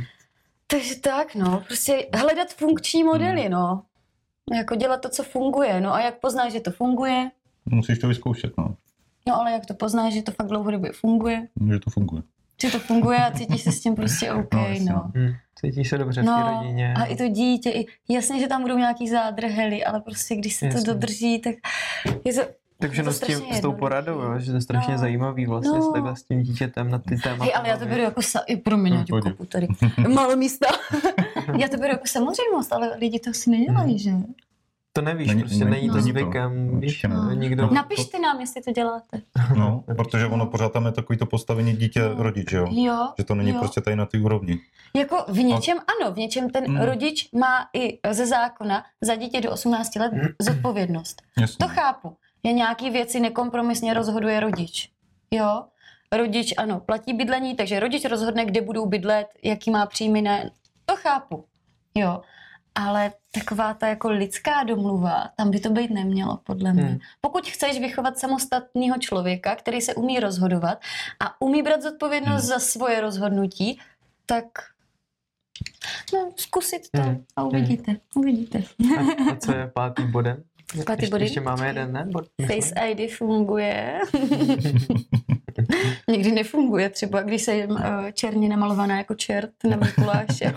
tak, no, prostě hledat funkční modely, no. Jako dělat to, co funguje, no a jak poznáš, že to funguje? Musíš to vyzkoušet, no. No ale jak to poznáš, že to fakt dlouhodobě funguje? Že to funguje. Že to funguje a cítíš se s tím prostě OK, no. Cítíš se dobře v té rodině. A i to dítě, jasně, že tam budou nějaký zádrhely, ale prostě když se to dodrží, tak je to... Takže s tou poradou, jo, že to je strašně zajímavý vlastně s tím dítětem na ty témata. Hej, ale já to beru jako promiň, kopu tady. Málo místa. Já to beru jako samozřejmost, ale lidi to asi nedělají, že? To nevíš, prostě není to zvykem. Nikdo... Napište nám, jestli to děláte. No, protože ono pořád tam je takový to postavení dítě-rodič, jo? Že to není prostě tady na té úrovni. Jako v něčem ano, v něčem ten rodič má i ze zákona za dítě do 18 let zodpovědnost. To chápu. Je nějaký věci nekompromisně rozhoduje rodič. Jo? Rodič, ano, platí bydlení, takže rodič rozhodne, kde budou bydlet, jaký má příjmy, ne. To chápu. Jo. Ale taková ta jako lidská domluva, tam by to být nemělo, podle mě. Pokud chceš vychovat samostatného člověka, který se umí rozhodovat a umí brát zodpovědnost za svoje rozhodnutí, tak zkusit to a uvidíte. A co je 5. bodem? Ještě máme jeden, ne? Face ID funguje. Někdy nefunguje, třeba když se černě namalovaná jako čert na Mikuláše.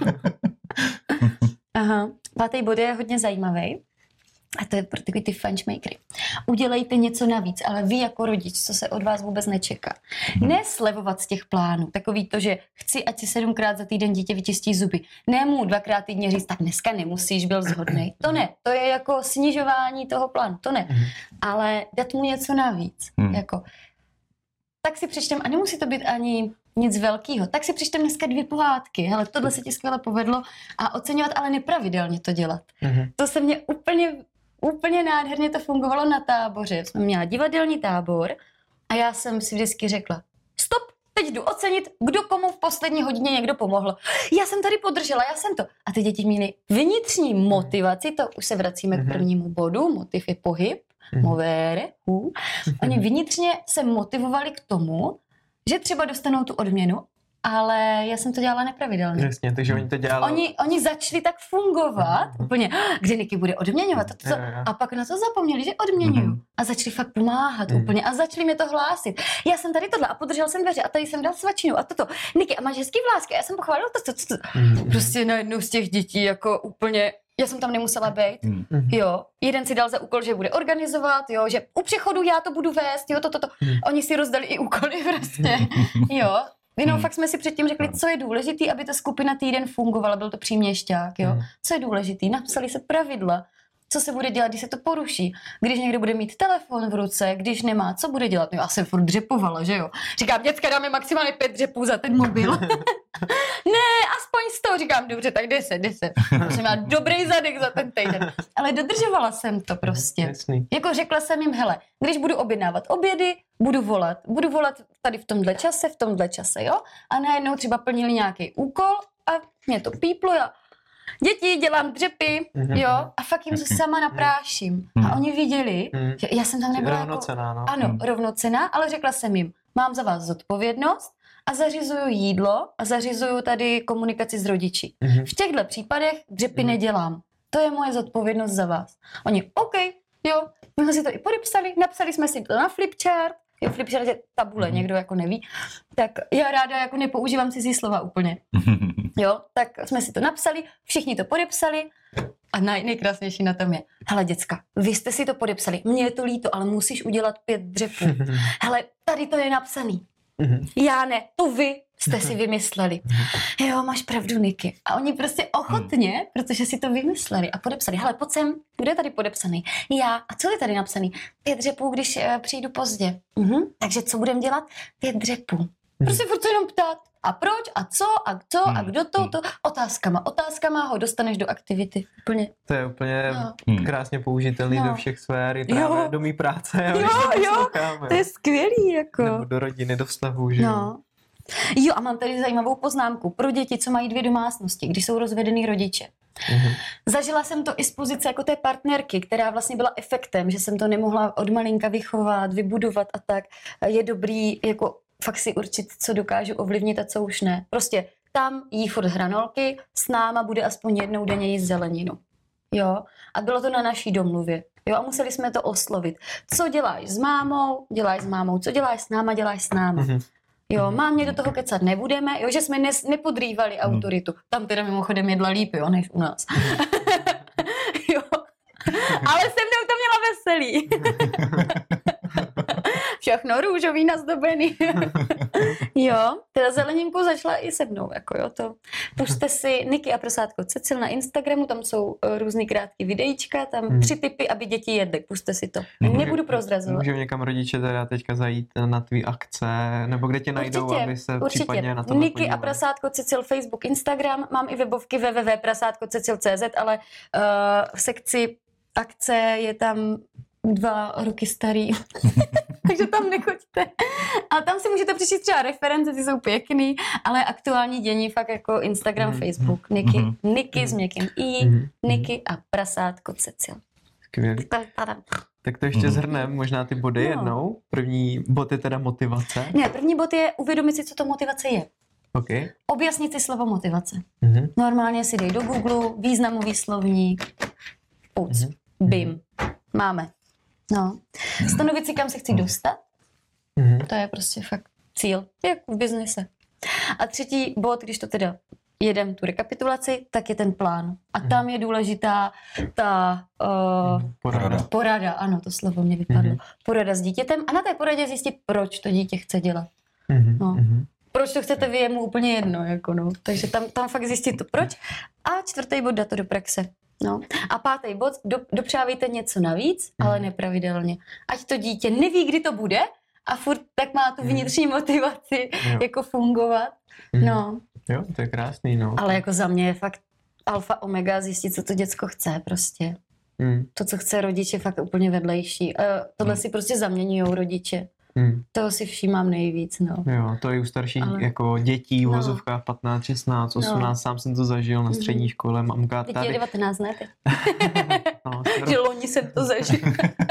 Aha. 5. bod je hodně zajímavý. A to je pro takový ty fančmakery. Udělejte něco navíc, ale vy jako rodič, co se od vás vůbec nečeká. Neslevovat z těch plánů. Takový to, že chci, ať si 7krát za týden dítě vyčistí zuby. Ne mu 2krát týdně říct, tak dneska nemusíš, byl zhodnej. To ne. To je jako snižování toho plánu. To ne. Ale dát mu něco navíc. Jako. Tak si přečtem, a nemusí to být ani nic velkého, tak si přečtem dneska 2 pohádky. Hele, tohle se ti skvěle povedlo a oceňovat, ale nepravidelně to dělat. To se mně úplně nádherně to fungovalo na táboře. Jsme měla divadelní tábor a já jsem si vždycky řekla, stop, teď jdu ocenit, kdo komu v poslední hodině někdo pomohl. Já jsem tady podržela, já jsem to. A ty děti měly vnitřní motivaci, to už se vracíme k prvnímu bodu, motiv je pohyb, movere, Oni vnitřně se motivovali k tomu, že třeba dostanou tu odměnu, ale já jsem to dělala nepravidelně. Jasně, takže oni to dělali. Oni začali tak fungovat, úplně, kde Niky bude odměňovat, a pak na to zapomněli, že odměňuju. A začali fakt pomáhat úplně a začali mě to hlásit. Já jsem tady tohle a podržel jsem dveře a tady jsem dal svačinu a toto. Niky, a máš hezký vlásky, já jsem pochválila to. Prostě najednou z těch dětí jako úplně... Já jsem tam nemusela být, jo. Jeden si dal za úkol, že bude organizovat, jo, že u přechodu já to budu vést, jo, to. Oni si rozdali i úkoly prostě, jo. Jenom fakt jsme si předtím řekli, co je důležitý, aby ta skupina týden fungovala, byl to příměšťák, jo. Co je důležitý, napsali se pravidla, co se bude dělat, když se to poruší. Když někdo bude mít telefon v ruce, když nemá, co bude dělat? No já jsem furt dřepovala, že jo. Říkám, děcka, dáme maximálně 5 dřepů za ten mobil. Ne, aspoň 100. Říkám, dobře, tak 10. Jsem měla dobrý zadek za ten týden. Ale dodržovala jsem to prostě. Jasný. Jako řekla jsem jim, hele, když budu objednávat obědy, budu volat tady v tomhle čase, jo. A najednou třeba plnili nějaký úkol a mě to píplo, děti, dělám dřepy, jo, a fakt jim to sama napráším. A oni viděli, že já jsem tam nebyla rovnocenná, jako... Ano, rovnocenná, ale řekla jsem jim, mám za vás zodpovědnost a zařizuju jídlo a zařizuju tady komunikaci s rodiči. V těchto případech dřepy nedělám. To je moje zodpovědnost za vás. Oni, OK, jo, my jsme si to i podepsali, napsali jsme si to na flipchart, jo, flipchart je tabule, někdo jako neví, tak já ráda jako nepoužívám cizí slova úplně. Jo, tak jsme si to napsali, všichni to podepsali a nejkrásnější na tom je, hele děcka, vy jste si to podepsali, mně je to líto, ale musíš udělat 5 dřepů. Hele, tady to je napsaný. Já ne, to vy jste si vymysleli. Jo, máš pravdu, Niky. A oni prostě ochotně, protože si to vymysleli a podepsali. Hele, pojď sem, kdo je tady podepsaný? Já. A co je tady napsaný? 5 dřepů, když přijdu pozdě. Takže co budeme dělat? 5 dřepů. Prostě furt se jenom ptát. A proč? A co? A kdo to? Otázkama ho dostaneš do aktivity. Úplně. To je úplně krásně použitelný do všech sfér, i právě do mý práce. Jo, to je skvělý. Jako. Nebo do rodiny, do vztahu, že Jo, a mám tady zajímavou poznámku pro děti, co mají 2 domácnosti, když jsou rozvedený rodiče. Zažila jsem to i z pozice jako té partnerky, která vlastně byla efektem, že jsem to nemohla od malinka vychovat, vybudovat a tak. Je dobrý jako fakt si určit, co dokážu ovlivnit a co už ne. Prostě tam jí furt hranolky, s náma bude aspoň jednou denně jíst zeleninu. Jo? A bylo to na naší domluvě. Jo? A museli jsme to oslovit. Co děláš s mámou? Děláš s mámou. Co děláš s náma? Děláš s náma. Jo, mámě do toho kecat nebudeme, jo, že jsme nepodrývali autoritu. Tam teda mimochodem jedla líp, jo, než u nás. Jo. Ale se mnou to měla veselý. Všechno růžový nazdobený. Jo, teda zeleninku začala i se mnou, jako jo, to. Pusťte si Niky a Prasátko Cecil na Instagramu, tam jsou různý krátký videíčka, tam 3 tipy, aby děti jedly, pusťte si to. Nebudu prozrazovat. Můžou někam rodiče teda teďka zajít na tvý akce, nebo kde tě najdou, aby se případně na to Niky a Prasátko Cecil, Facebook, Instagram, mám i webovky www.prasátkocecil.cz, ale v sekci akce je tam 2 roky starý, takže tam nechoďte. A tam si můžete přečíst třeba reference, ty jsou pěkný, ale aktuální dění fakt jako Instagram, Facebook, Niky s měkkým i, Niky a Prasátko Cecil. Skvělý. Tak to ještě zhrneme možná ty body jednou. První bod je teda motivace. Ne, první bod je uvědomit si, co to motivace je. Okay. Objasnit si slovo motivace. Normálně si dej do Google významový slovník, BIM. Máme. No. Stanovit si, kam se chci dostat. To je prostě fakt cíl, jak v biznise. A 3. bod, když to teda jedem tu rekapitulaci, tak je ten plán. A tam je důležitá ta porada. Ano, to slovo mě vypadlo. Porada s dítětem a na té poradě zjistit, proč to dítě chce dělat. No. Proč to chcete vy, je mu úplně jedno. Jako no. Takže tam fakt zjistit to proč. A 4. bod, dát to do praxe. No. A 5. bod, dopřávejte něco navíc, ale nepravidelně. Ať to dítě neví, kdy to bude a furt tak má tu vnitřní motivaci jako fungovat. No. Jo, to je krásný, no. Ale jako za mě je fakt alfa omega zjistit, co to děcko chce prostě. To, co chce rodič, je fakt úplně vedlejší. Tohle si prostě zaměňujou rodiče. Toho si všímám nejvíc, no. Jo, to je u starších jako dětí, v vozovkách 15, 16, 18, sám jsem to zažil na střední škole, mamka tady. Teď je 19, ne? Že loni jsem to zažil.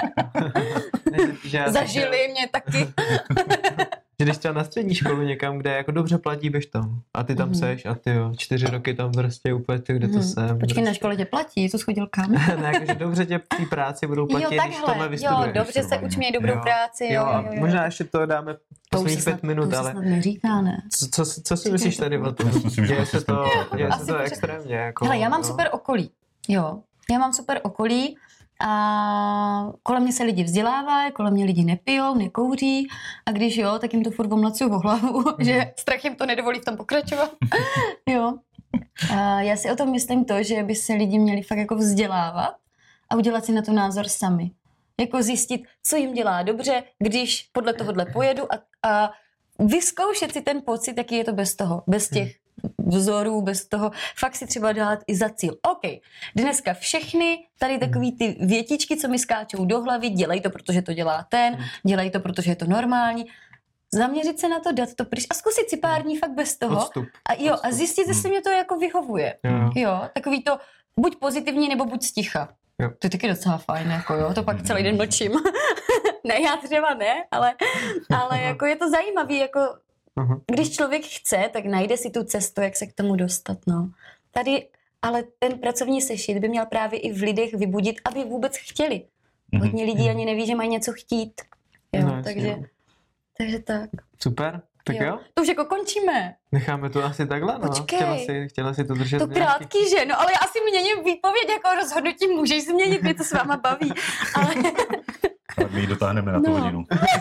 Zažili mě taky. Že jdeš třeba na střední školu někam, kde jako dobře platí, běž tam. A ty tam seš a ty 4 roky tam prostě úplně ty, kde to jsem. Počkej, na škole tě platí, co jsi chodil kam? Ne, jakože dobře tě v té práci budou platit, když tohle vystuduješ. Jo, dobře se uč, měj dobrou práci. Jo. Možná ještě to dáme posledních 5 minut, ale... To se neříká, ne? Co si myslíš tady o tom? Děje se to extrémně. Jako, hele, já mám super okolí. Jo, já mám super okolí. a kolem mě se lidi vzdělávají, kolem mě lidi nepijou, nekouří a když jo, tak jim to furt omlacuju o hlavu, že strach jim to nedovolí v tom pokračovat. Jo. A já si o tom myslím to, že by se lidi měli fakt jako vzdělávat a udělat si na to názor sami. Jako zjistit, co jim dělá dobře, když podle tohohle pojedu a vyzkoušet si ten pocit, jaký je to bez toho, bez těch vzorů, bez toho, fakt si třeba dát i za cíl. OK, dneska všechny tady takový ty větičky, co mi skáčou do hlavy, dělej to, protože to dělá ten, dělej to, protože je to normální. Zaměřit se na to, dát to pryč a zkusit si pár dní fakt bez toho. Odstup. A zjistit, jestli mě to jako vyhovuje. Jo, takový to buď pozitivní, nebo buď sticha. Jo. To je taky docela fajn, jako jo, to pak celý den mlčím. Ne, já třeba ne, ale jako je to zajímavý, jako když člověk chce, tak najde si tu cestu, jak se k tomu dostat, no. Tady, ale ten pracovní sešit by měl právě i v lidech vybudit, aby vůbec chtěli. Hodně lidí ani neví, že mají něco chtít. Jo, no, takže tak. Super, tak jo. To už jako končíme. Necháme to asi takhle, no. Chtěla si to držet. To krátký, že? No, ale já asi měním výpověď jako rozhodnutí, můžeš změnit, mě to s váma baví. Ale... Tak my ji dotáhneme na tu hodinu.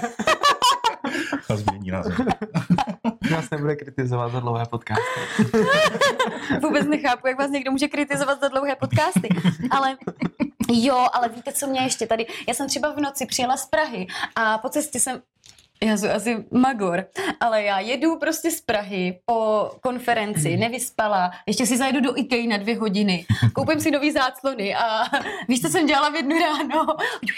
A změní nás. Nás nebude kritizovat za dlouhé podcasty. Vůbec nechápu, jak vás někdo může kritizovat za dlouhé podcasty. Ale víte, co mě ještě tady... Já jsem třeba v noci přijela z Prahy a po cestě jsem... Já jsem asi magor, ale já jedu prostě z Prahy po konferenci, nevyspala, ještě si zajedu do IKEA na 2 hodiny, koupím si nový záclony a víš, co jsem dělala v 1 ráno?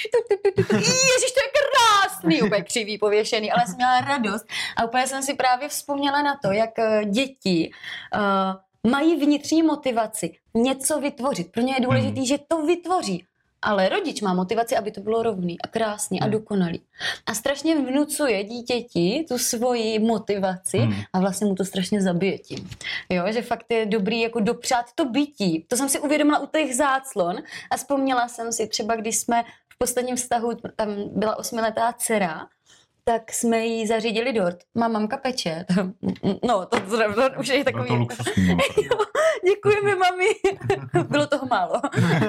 Ježiš, to je krásný, úplně křivý, pověšený, ale jsem měla radost a úplně jsem si právě vzpomněla na to, jak děti mají vnitřní motivaci něco vytvořit. Pro ně je důležitý, že to vytvoří. Ale rodič má motivaci, aby to bylo rovný a krásný a dokonalý. A strašně vnucuje dítěti tu svoji motivaci a vlastně mu to strašně zabije tím. Jo, že fakt je dobrý jako dopřát to bytí. To jsem si uvědomila u těch záclon a vzpomněla jsem si třeba, když jsme v posledním vztahu, tam byla 8letá dcera, tak jsme jí zařídili dort. Mamka peče. No, to už je takový... To luxusní. Děkujeme, mami. Bylo toho málo.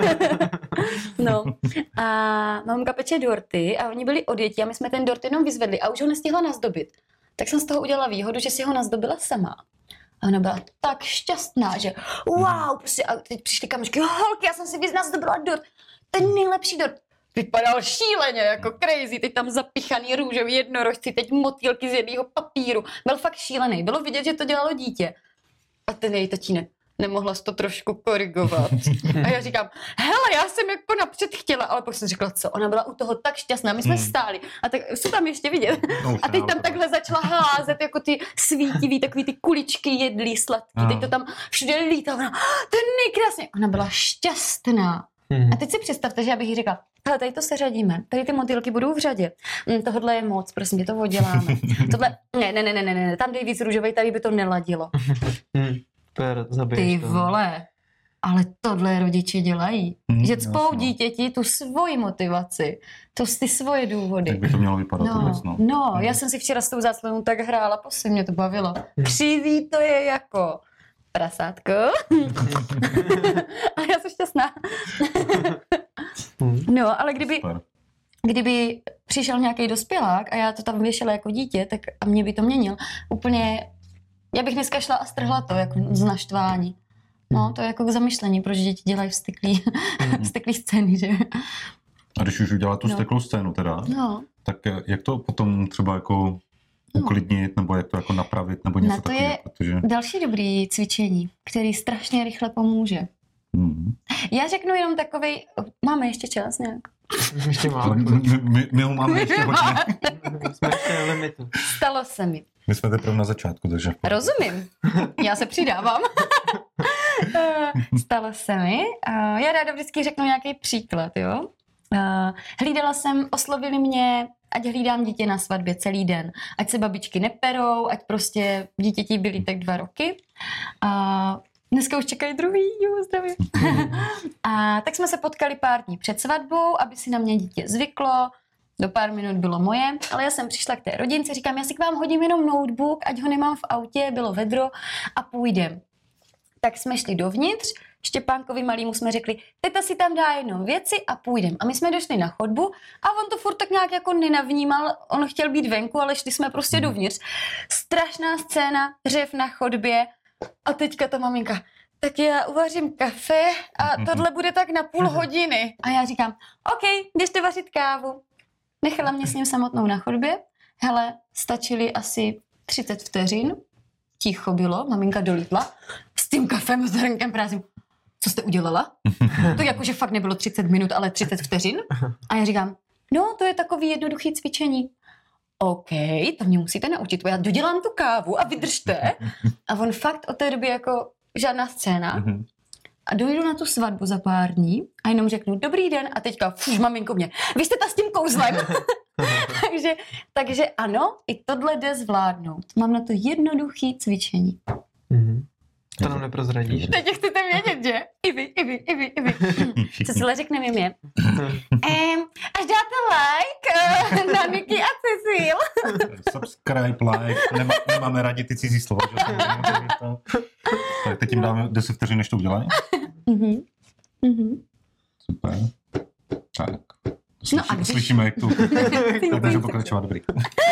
No. A mamka peče dorty a oni byli odjetí a my jsme ten dort jenom vyzvedli a už ho nestihla nazdobit. Tak jsem z toho udělala výhodu, že si ho nazdobila sama. A ona byla tak šťastná, že wow, prostě a teď přišli kamošky, holky, já jsem si nazdobila dort. Ten nejlepší dort. Vypadal šíleně, jako crazy, teď tam zapichaný růžový jednorožci, teď motýlky z jedného papíru. Byl fakt šílený, bylo vidět, že to dělalo dítě. A ten její tatínek, nemohla jsi to trošku korigovat. A já říkám, hele, já jsem jako napřed chtěla, ale pak jsem řekla, co? Ona byla u toho tak šťastná, my jsme stáli a tak jsou tam ještě vidět. A teď tam takhle začala házet jako ty svítivý, takový ty kuličky jedlý, sladký, teď to tam všude lítalo. To je nejkrásně. Ona byla šťastná. A teď si představte, že já bych jí řekla, hele, tady to seřadíme, tady ty motýlky budou v řadě. Tohle je moc, prosím tě, to odděláme. Tohle, ne, tam dej víc růžovej, tady by to neladilo. Ty vole, ale tohle rodiče dělají. Že cpou dítěti tu svoji motivaci, ty svoje důvody. Tak by to mělo vypadat vůbec, no. Já jsem si včera s tou záclonou tak hrála, posledně mě to bavilo. Křivý to je jako... prasátko. A já jsem šťastná. No, ale kdyby přišel nějaký dospělák a já to tam věšela jako dítě, tak a mě by to měnil. Úplně, já bych dneska šla a strhla to jako z naštvání. No, to je jako k zamyšlení, proč děti dělají vzteklý scény, že? A když už udělá tu vzteklou scénu teda, tak jak to potom třeba jako uklidnit, nebo jak to jako napravit, nebo něco takového. To je další dobrý cvičení, který strašně rychle pomůže. Já řeknu jenom takovej, máme ještě čas nějak? Ještě máme. My ho máme ještě hodně. Jsme ještě na limitu. Stalo se mi. My jsme teprve na začátku, takže... Rozumím. Já se přidávám. Stalo se mi. Já ráda vždycky řeknu nějaký příklad, jo. Hlídala jsem, oslovili mě, ať hlídám dítě na svatbě celý den. Ať se babičky neperou, ať prostě dítěti byly tak 2 roky. Dneska už čekají druhý, jo, zdravím. A tak jsme se potkali pár dní před svatbou, aby si na mě dítě zvyklo. Do pár minut bylo moje, ale já jsem přišla k té rodince, říkám, já si k vám hodím jenom notebook, ať ho nemám v autě, bylo vedro a půjdem. Tak jsme šli dovnitř, Štěpánkovi malýmu jsme řekli, teta si tam dá jenom věci a půjdem. A my jsme došli na chodbu a on to furt tak nějak jako nenavnímal, on chtěl být venku, ale šli jsme prostě dovnitř. Strašná scéna, řev na chodbě a teďka ta maminka, tak já uvařím kafe a tohle bude tak na půl hodiny. A já říkám, OK, běžte vařit kávu. Nechala mě s ním samotnou na chodbě. Hele, stačily asi 30 vteřin. Ticho bylo, maminka dolítla s tím kafem, s hrnkem prázdným. Co jste udělala? To jakože fakt nebylo 30 minut, ale 30 vteřin. A já říkám, no, to je takový jednoduchý cvičení. OK, to mě musíte naučit. Já dodělám tu kávu a vydržte. A on fakt od té doby jako žádná scéna. A dojdu na tu svatbu za pár dní a jenom řeknu dobrý den a teďka, maminko mě, vy jste ta s tím kouzlem. takže ano, i tohle jde zvládnout. Mám na to jednoduchý cvičení. To nám neprozradíš. Teď chcete vědět, že? I vy. Cecile řekne mi mě. Až dáte like na Niky a Cecil. Subscribe, like. Nemáme rádi ty cizí slova. Že? Tak teď jim dáme 10 vteřin, než to udělají. Super. Tak. Slyšíme, jak tu. Tak můžu pokračovat, dobrý.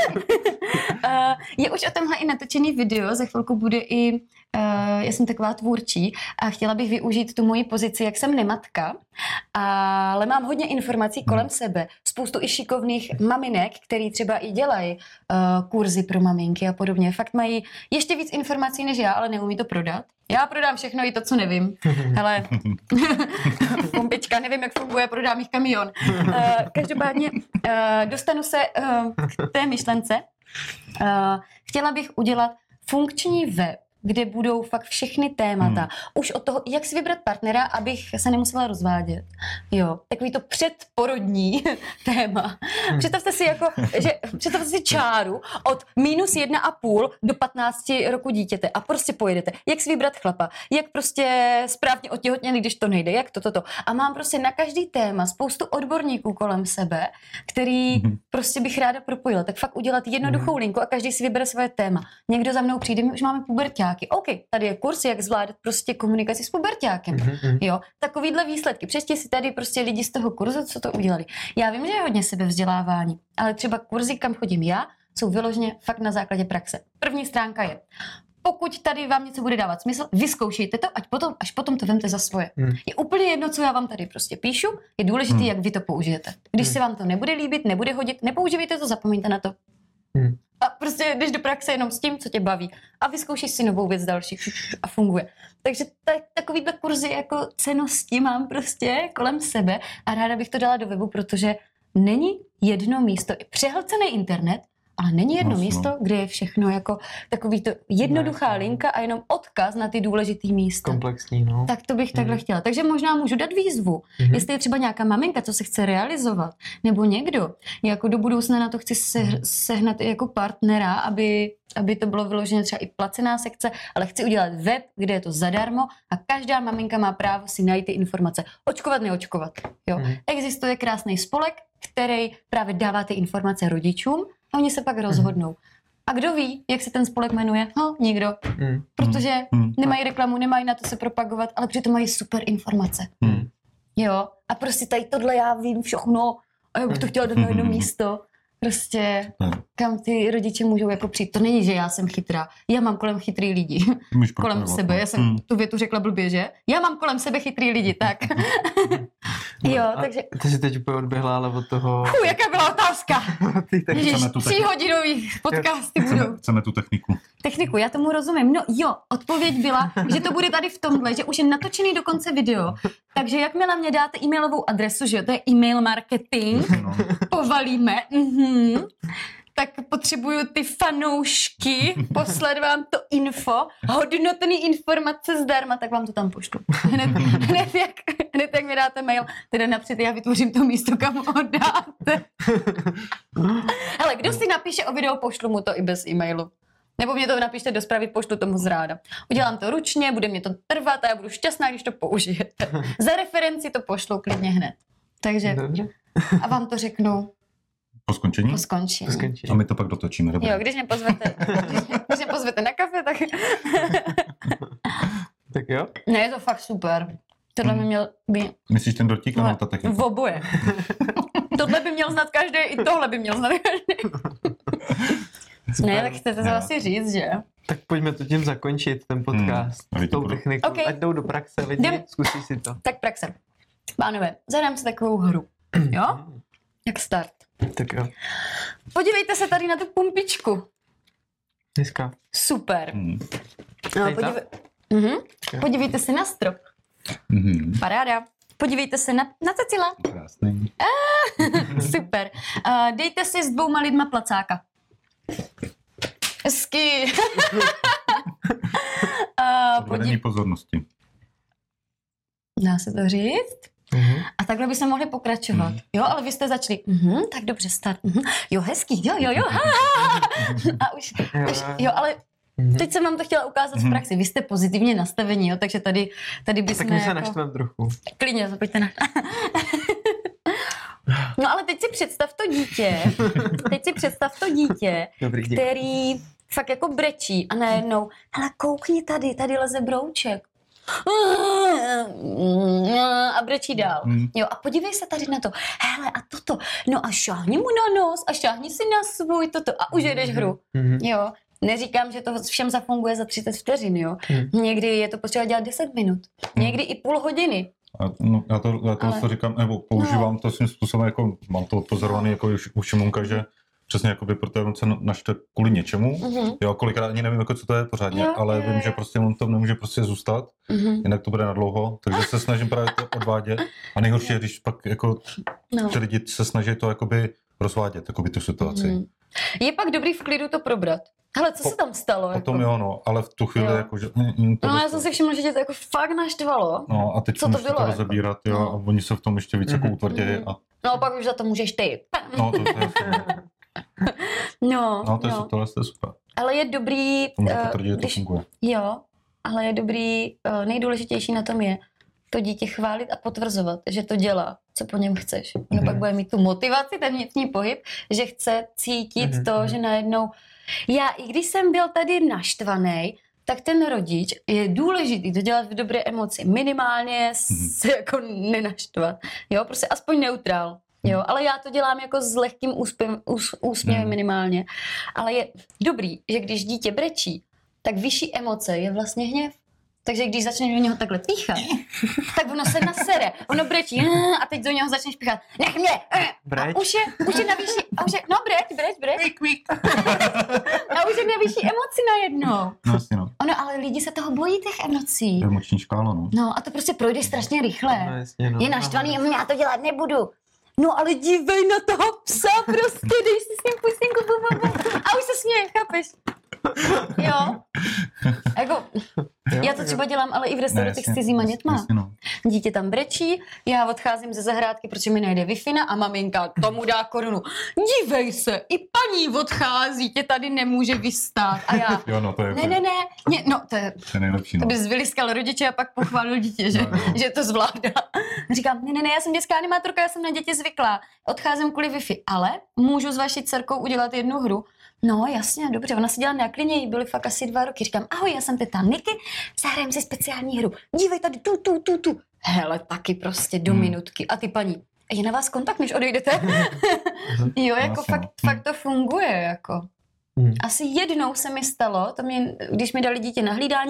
Je už o tomhle i natočený video, za chvilku bude i, já jsem taková tvůrčí a chtěla bych využít tu moji pozici, jak jsem nematka, ale mám hodně informací kolem sebe, spoustu i šikovných maminek, který třeba i dělají kurzy pro maminky a podobně. Fakt mají ještě víc informací než já, ale neumí to prodat. Já prodám všechno, i to, co nevím. Hele, pompička, nevím, jak funguje, prodám jich kamion. Každopádně dostanu se k té myšlence. Chtěla bych udělat funkční web, kde budou fakt všechny témata. Už od toho, jak si vybrat partnera, abych se nemusela rozvádět. Jo, takový to předporodní téma. Představte si čáru od -1,5 do 15 roku dítěte a prostě pojedete. Jak si vybrat chlapa, jak prostě správně otěhotnět, když to nejde, jak to. A mám prostě na každý téma spoustu odborníků kolem sebe, který prostě bych ráda propojila. Tak fakt udělat jednoduchou linku a každý si vybere svoje téma. Někdo za mnou přijde, my už máme puberťáky. OK, tady je kurz, jak zvládat prostě komunikaci s puberťákem. Jo, takovýhle výsledky. Přečti si tady prostě lidi z toho kurzu, co to udělali. Já vím, že je hodně sebevzdělávání, ale třeba kurzy, kam chodím já, jsou vyloženě fakt na základě praxe. První stránka je, pokud tady vám něco bude dávat smysl, vyzkoušejte to, až potom to vemte za svoje. Je úplně jedno, co já vám tady prostě píšu, je důležité, jak vy to použijete. Když se vám to nebude líbit, nebude hodit, nepoužívejte to, zapomeňte na to. A prostě jdeš do praxe jenom s tím, co tě baví. A vyzkoušíš si novou věc další a funguje. Takže takovýhle kurzy jako cennosti mám prostě kolem sebe a ráda bych to dala do webu, protože není jedno místo, přehlcený internet, ale není jedno místo, kde je všechno jako takový to jednoduchá linka a jenom odkaz na ty důležitý místa. Komplexní, no. Tak to bych takhle chtěla. Takže možná můžu dát výzvu, jestli je třeba nějaká maminka, co se chce realizovat, nebo někdo, jako do budoucna na to chci sehnat i jako partnera, aby to bylo vyloženě třeba i placená sekce, ale chci udělat web, kde je to zadarmo a každá maminka má právo si najít ty informace. Očkovat, neočkovat. Jo. Existuje krásný spolek, který právě dává ty informace rodičům a oni se pak rozhodnou. A kdo ví, jak se ten spolek jmenuje? Nikdo. Protože nemají reklamu, nemají na to se propagovat, ale přitom mají super informace. Jo. A prostě tady tohle já vím všechno a já bych to chtěla dát na jedno místo. Prostě kam ty rodiče můžou jako přijít. To není, že já jsem chytrá. Já mám kolem chytrý lidi. Kolem sebe. Já jsem tu větu řekla blbě, že? Já mám kolem sebe chytrý lidi, tak. Jo, takže... Ty jsi teď úplně odběhla, ale od toho... Jaká byla otázka? Ježiš, 3hodinový podcasty budou. Chceme tu techniku. Techniku, já tomu rozumím. No jo, odpověď byla, že to bude tady v tomhle, že už je natočený dokonce video. Takže jakmile mě dáte e-mailovou adresu, že to je e-mail marketing, povalíme, tak potřebuju ty fanoušky, poslat vám to info, hodnotný informace zdarma, tak vám to tam pošlu. Hned jak mi dáte mail, teda napřed já vytvořím to místo, kam ho dáte. Hele, kdo si napíše o video, pošlu mu to i bez e-mailu. Nebo mě to napište do zprávy, pošlu to moc ráda. Udělám to ručně, bude mě to trvat a já budu šťastná, když to použijete. Za referenci to pošlu klidně hned. Takže a vám to řeknu po skončení? Po skončení. A my to pak dotočíme. Dobře. Jo, když mě pozvete na kafe, tak... Tak jo. jo? Ne, je to fakt super. Tohle by měl být... Myslíš ten dortík, ano, ta technika? V oboje. Tohle by měl znát každý, i tohle by měl znát každý. Ne, tak chcete to asi říct, že? Tak pojďme to tím zakončit, ten podcast. S tou technikou. Okay. Ať jdou do praxe lidi, zkusí si to. Tak praxe. Pánové, zahrám si takovou hru. Jo? Jak start. Tak jo. Podívejte se tady na tu pumpičku. Dneska. Super. Podívejte se na strop. Paráda. Podívejte se na Cecila. Krásný. Super. Dejte si s 2 lidma placáka. Hezky. Odvedení pozornosti. Dá se to říct? A takhle by se mohli pokračovat. Jo, ale vy jste začali. Tak dobře, start. Jo, hezký, jo. A už, jo, ale teď jsem vám to chtěla ukázat v praxi. Vy jste pozitivně nastavení, jo, takže tady bychom... Tak my se naštvem trochu. Klidně, pojďte na... No ale teď si představ to dítě, který fakt jako brečí a najednou, hele, koukni tady leze brouček. A brečí dál. Jo, a podívej se tady na to. Hele, a toto. No a šáhni mu na nos a šáhni si na svůj toto a už jedeš hru. Jo. Neříkám, že to všem zafunguje za 30 vteřin, jo. Někdy je to potřeba dělat 10 minut. Někdy i půl hodiny. Já to říkám, nebo používám to svým způsobem, jako mám to odpozorovaný jako u Šimonka, že přesně jakoby, protože on se naštve kvůli něčemu, jo, kolikrát ani nevím, jako, co to je pořádně, ale vím, že prostě on to nemůže prostě zůstat, jinak to bude na dlouho, takže se snažím právě to odvádět a nejhorší je, když pak jako ty lidi se snaží to jakoby rozvádět, jakoby tu situaci. Je pak dobrý v klidu to probrat. Hele, co se tam stalo? Potom jako? Jo, no, ale v tu chvíli jako, že... já jsem si všiml, že tě to jako fakt naštvalo. No a teď musíte to rozebírat, jo, a oni se v tom ještě víc jako utvrdějí. No a pak už za to můžeš ty. No, to je jasný. No, to je super. Ale je dobrý... To může potvrdit, že to funguje. Jo, ale je dobrý, nejdůležitější na tom je to dítě chválit a potvrzovat, že to dělá, co po něm chceš. Ono pak bude mít tu motivaci, ten vnitřní pohyb, že chce cítit to, že najednou... Já, i když jsem byl tady naštvaný, tak ten rodič je důležitý to dělat v dobré emoci. Minimálně se jako nenaštvat. Jo, prostě aspoň neutrál. Jo, ale já to dělám jako s lehkým úsměvem minimálně. Ale je dobrý, že když dítě brečí, tak vyšší emoce je vlastně hněv. Takže když začneš do něho takhle píchat, tak ono se nasere, ono brečí a teď do něho začneš píchat. Nech mě! A už je na vyšší, no breč. A už je na vyšší emoci najednou. No jasně, no. Ono, ale lidi se toho bojí, těch emocí. Emoční škála, no. No a to prostě projde strašně rychle. No, jasně, no. Je naštvaný, já to dělat nebudu. No ale dívej na toho psa prostě, dej si s ním pusinku a už se směje, chápeš? Jo. Jako, já to třeba dělám, ale i v restauracích s cizíma dětma. Dítě tam brečí, já odcházím ze zahrádky, protože mi najde Wi-Fi a maminka tomu dá korunu. Dívej se, i paní odchází, tě tady nemůže vystát. A já, jo, no, to je no to je nejlepší. To bys vyliskal rodiče a pak pochválil dítě, že to zvládá. Říkám, ne, já jsem dětská animátorka, já jsem na děti zvyklá. Odcházím kvůli Wi-Fi, ale můžu s vaší dcerkou udělat jednu hru. No jasně, dobře, ona si dělala na klině, jí byly fakt asi 2 roky. Říkám, ahoj, já jsem teta Niky, zahrajeme si speciální hru. Dívej tady, tu. Hele, taky prostě do minutky. A ty paní, je na vás kontakt, než odejdete? Jo, jako fakt to funguje, jako. Asi jednou se mi stalo, když mi dali dítě na hlídání,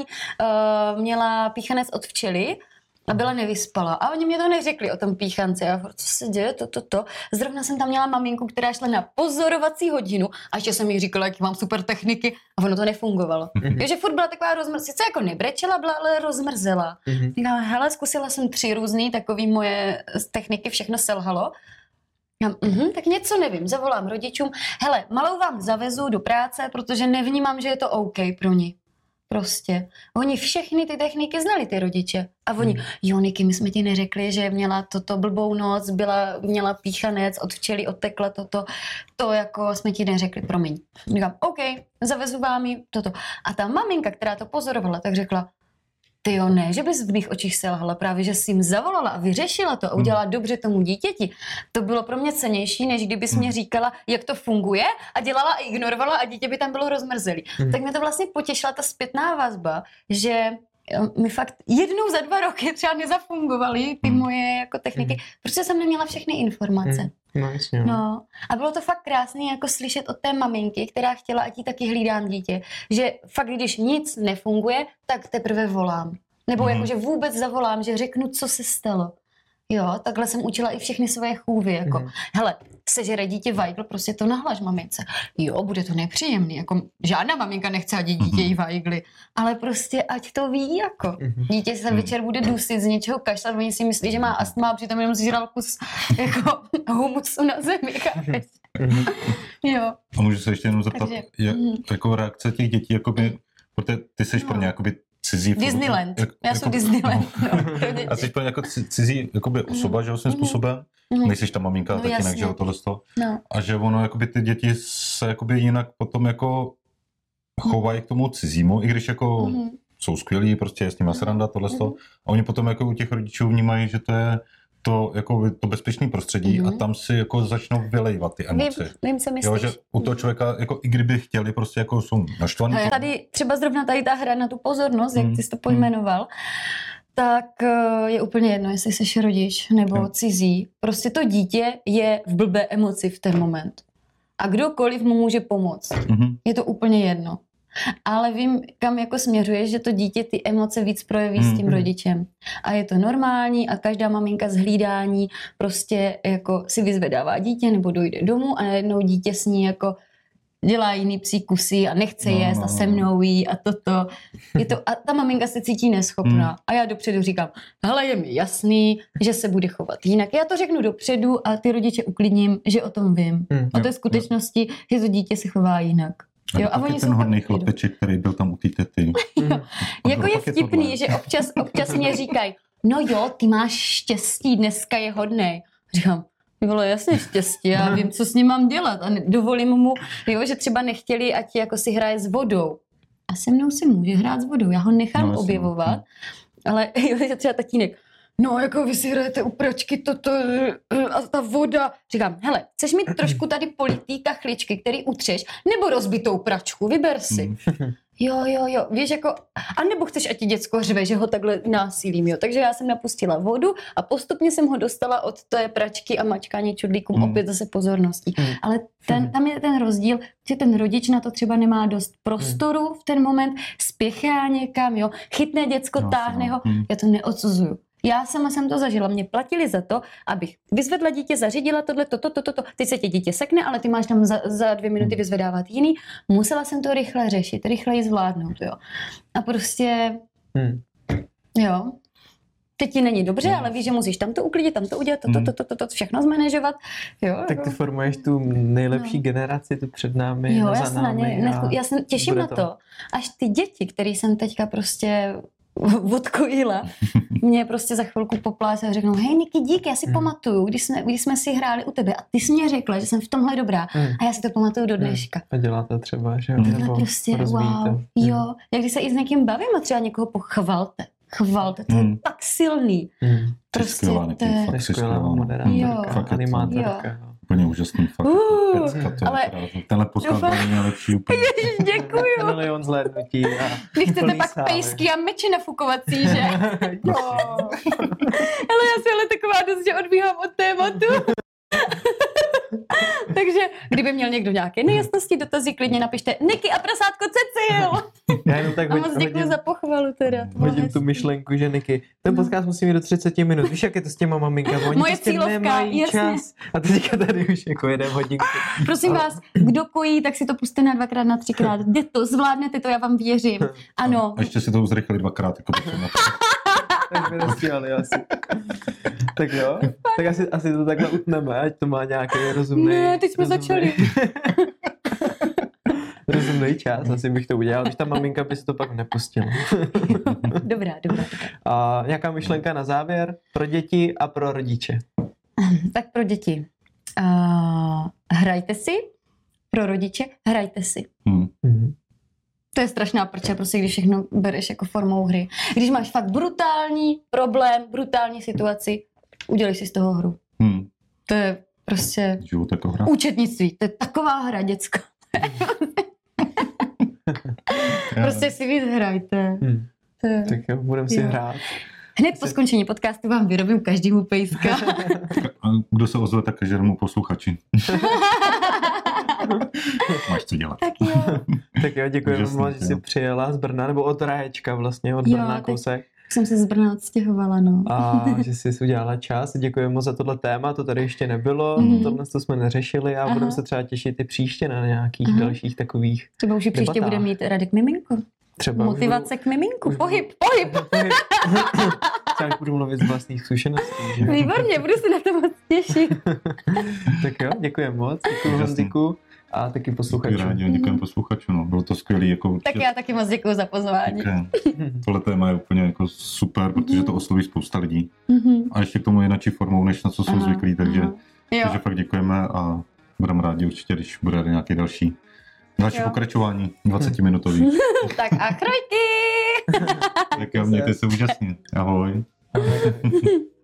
měla píchanec od včely, a byla nevyspalá. A oni mě to neřekli o tom píchance. Já co se děje, to. Zrovna jsem tam měla maminku, která šla na pozorovací hodinu a ještě jsem jí říkala, jak mám super techniky a ono to nefungovalo. Takže furt byla taková sice jako nebrečela, byla, ale rozmrzela. Říkala, hele, zkusila jsem 3 různý, takový moje techniky, všechno selhalo. Já, tak něco nevím, zavolám rodičům. Hele, malou vám zavezu do práce, protože nevnímám, že je to OK pro ní. Prostě. Oni všechny ty techniky znali, ty rodiče. A oni, jo, Niky, my jsme ti neřekli, že měla toto blbou noc, měla píchanec, od včely odtekla toto. To jako jsme ti neřekli, promiň. Říkám, OK, zavezu vám ji toto. A ta maminka, která to pozorovala, tak řekla, tyjo, ne, že bys v mých očích selhala, právě, že jsi jim zavolala a vyřešila to a udělala dobře tomu dítěti. To bylo pro mě cennější, než kdybys mě říkala, jak to funguje a dělala a ignorovala a dítě by tam bylo rozmrzelý. Tak mě to vlastně potěšila ta zpětná vazba, že mi fakt jednou za 2 roky třeba nezafungovaly ty moje jako techniky, protože jsem neměla všechny informace. No, jasně. No. A bylo to fakt krásné jako slyšet od té maminky, která chtěla, ať jí taky hlídám dítě, že fakt, když nic nefunguje, tak teprve volám. Nebo jako, že vůbec zavolám, že řeknu, co se stalo. Jo, takhle jsem učila i všechny svoje chůvy, jako, hele, sežere dítě vajgl, prostě to nahlaš mamince. Jo, bude to nepříjemný, jako žádná maminka nechce, ať dítě jí vajgly, ale prostě ať to ví, jako. Dítě se večer bude dusit z něčeho kašlat, oni si myslí, že má astma a přitom jenom zžral kus jako humusu na zemi, chápeš? Jo. A můžu se ještě jenom zeptat, jako reakce těch dětí, jakoby, protože ty seš pro ně jakoby cizí... Disneyland. Já jsem Disneyland. A jsi pro ně jako cizí jakoby osoba, že jo, svým způsobem? Nejsiš ta maminka a tatínek, že jo, tohleto. No. A že ono, jakoby ty děti se jakoby jinak potom jako chovají k tomu cizímu, i když jako jsou skvělí, prostě je s nima sranda, tohleto. A oni potom jako u těch rodičů vnímají, že to je to, jako to bezpečné prostředí a tam si jako začnou vylejvat ty emoce. Vím, co myslíš. Jo, že u toho člověka, jako i kdyby chtěli, prostě jako jsou naštvaný. Tady třeba zrovna tady ta hra na tu pozornost, jak ty jsi to pojmenoval, tak je úplně jedno, jestli jsi rodič nebo cizí. Prostě to dítě je v blbé emoci v ten moment. A kdokoliv mu může pomoct. Je to úplně jedno. Ale vím, kam jako směřuješ, že to dítě ty emoce víc projeví s tím rodičem. A je to normální a každá maminka z hlídání prostě jako si vyzvedává dítě nebo dojde domů a najednou dítě s ní jako dělá jiný psí kusy a nechce jíst a se mnou jí a toto. Je to, a ta maminka se cítí neschopná. A já dopředu říkám, hele, je mi jasný, že se bude chovat jinak. Já to řeknu dopředu a ty rodiče uklidním, že o tom vím. O té skutečnosti, že to dítě se chová jinak. Jo, a oni ten hodný chlapeček, který byl tam u té tety. Jako je vtipný, že občas mě říkají, no jo, ty máš štěstí, dneska je hodnej. Říkám, bylo jasně štěstí, já vím, co s ním mám dělat a dovolím mu, jo, že třeba nechtěli, ať jako si hraje s vodou. A se mnou si může hrát s vodou, já ho nechám objevovat, ale jo, že třeba tatínek, no, jako vy si hrajete u pračky toto a ta voda. Říkám, hele, chceš mít trošku tady politý kachličky, který utřeš, nebo rozbitou pračku, vyber si. Jo, víš, jako, a nebo chceš, ať ti děcko řve, že ho takhle násilím, jo. Takže já jsem napustila vodu a postupně jsem ho dostala od té pračky a mačkání čudlíkům opět zase pozorností. Ale tam je ten rozdíl, že ten rodič na to třeba nemá dost prostoru v ten moment, spěchá někam, jo, chytne děcko, táhne ho, já to neodsuzuju. Já sama jsem to zažila. Mě platili za to, abych vyzvedla dítě, zařídila tohle, toto. Teď se tě dítě sekne, ale ty máš tam za 2 minuty vyzvedávat jiný. Musela jsem to rychle řešit, rychleji zvládnout, jo. A prostě, jo. Teď ti není dobře, ale víš, že musíš tam to uklidit, tam to udělat, to všechno zmanéžovat. Jo, tak ty formuješ tu nejlepší generaci, tu před námi, jo, za námi. Já se těším na to. Až ty děti, který jsem teďka prostě odkojila, mě prostě za chvilku popláce a řeknou, hej Niky, díky, já si pamatuju, když jsme si hráli u tebe a ty jsi mě řekla, že jsem v tomhle dobrá a já si to pamatuju do dneška. A děláte třeba, že jo? Tohle prostě, wow, jo. Jak když se i s někým bavím a třeba někoho chvalte, to je tak silný. Prostě to je skvělá moderátorka, animátorka. Úplně úžasný, fakt. Ale tenhle podcast byl nejlepší úplně. Ježiš, děkuju. Milion zhlédnutí. Vy chcete pak pejsky a meče nafukovací, že? Ale já jsem ale taková dost, že odbíhám od tématu. Takže kdyby měl někdo nějaké nejasnosti, dotazy, klidně napište Niky a prasátko Cecil. Já jenom tak a moc děkuji za pochvalu teda. Hodím tu myšlenku, že Niky, ten podcast musí mít do 30 minut. Víš, jak je to s těma maminkama? Oni moje prostě cílovka, nemají jasně. čas. A teďka tady už jako 1 hodinku. Prosím vás, kdo kojí, tak si to puste na 2x, na 3x. Jde to, zvládnete to, já vám věřím. Ano. A ještě si to zrychlili 2x. Jako tak by nestíhali asi. Tak jo, tak asi to takhle utneme, ať to má nějaký rozumný... Ne, teď jsme začali. Rozumný čas, asi bych to udělal, když ta maminka by si to pak nepustila. Dobrá. A nějaká myšlenka na závěr pro děti a pro rodiče? Tak pro děti. Hrajte si, pro rodiče hrajte si. To je strašná prča, prostě když všechno bereš jako formou hry. Když máš fakt brutální problém, brutální situaci, udělej si z toho hru. To je prostě účetnictví. To je taková hra, děcka. Prostě si víc hrajte. Tak jo, budeme si hrát. Hned po skončení podcastu vám vyrobím každému pejska. A kdo se ozve, tak každému posluchači. Máš co dělat. Tak jo. Tak jo, děkujeme moc, že jsi přijela z Brna, nebo od Ráječka vlastně, od Brna kousek. Jsem se z Brna odstěhovala, no. A že jsi udělala čas. Děkujeme moc za tohle téma, to tady ještě nebylo, tohle to jsme neřešili a budeme se třeba těšit i příště na nějakých dalších takových třeba už i příště bude mít Radek miminko. Třeba motivace k miminku. Pohyb. Třeba budu mluvit z vlastních zkušeností. Že? Výborně, budu se na to moc těšit. Tak jo, děkujeme moc. Děkuji Honziku a taky posluchačům. Děkujeme posluchačům, no. Bylo to skvělý. Jako, tak já taky moc děkuji za pozvání. Tohle téma je úplně jako super, protože to osloví spousta lidí. A ještě k tomu jinačí formou, než na co jsou zvyklí, takže fakt děkujeme a budeme rádi určitě, když bude nějaký další pokračování 20-minutový. Tak a chrojky! Tak jo, mějte se úžasně. Ahoj.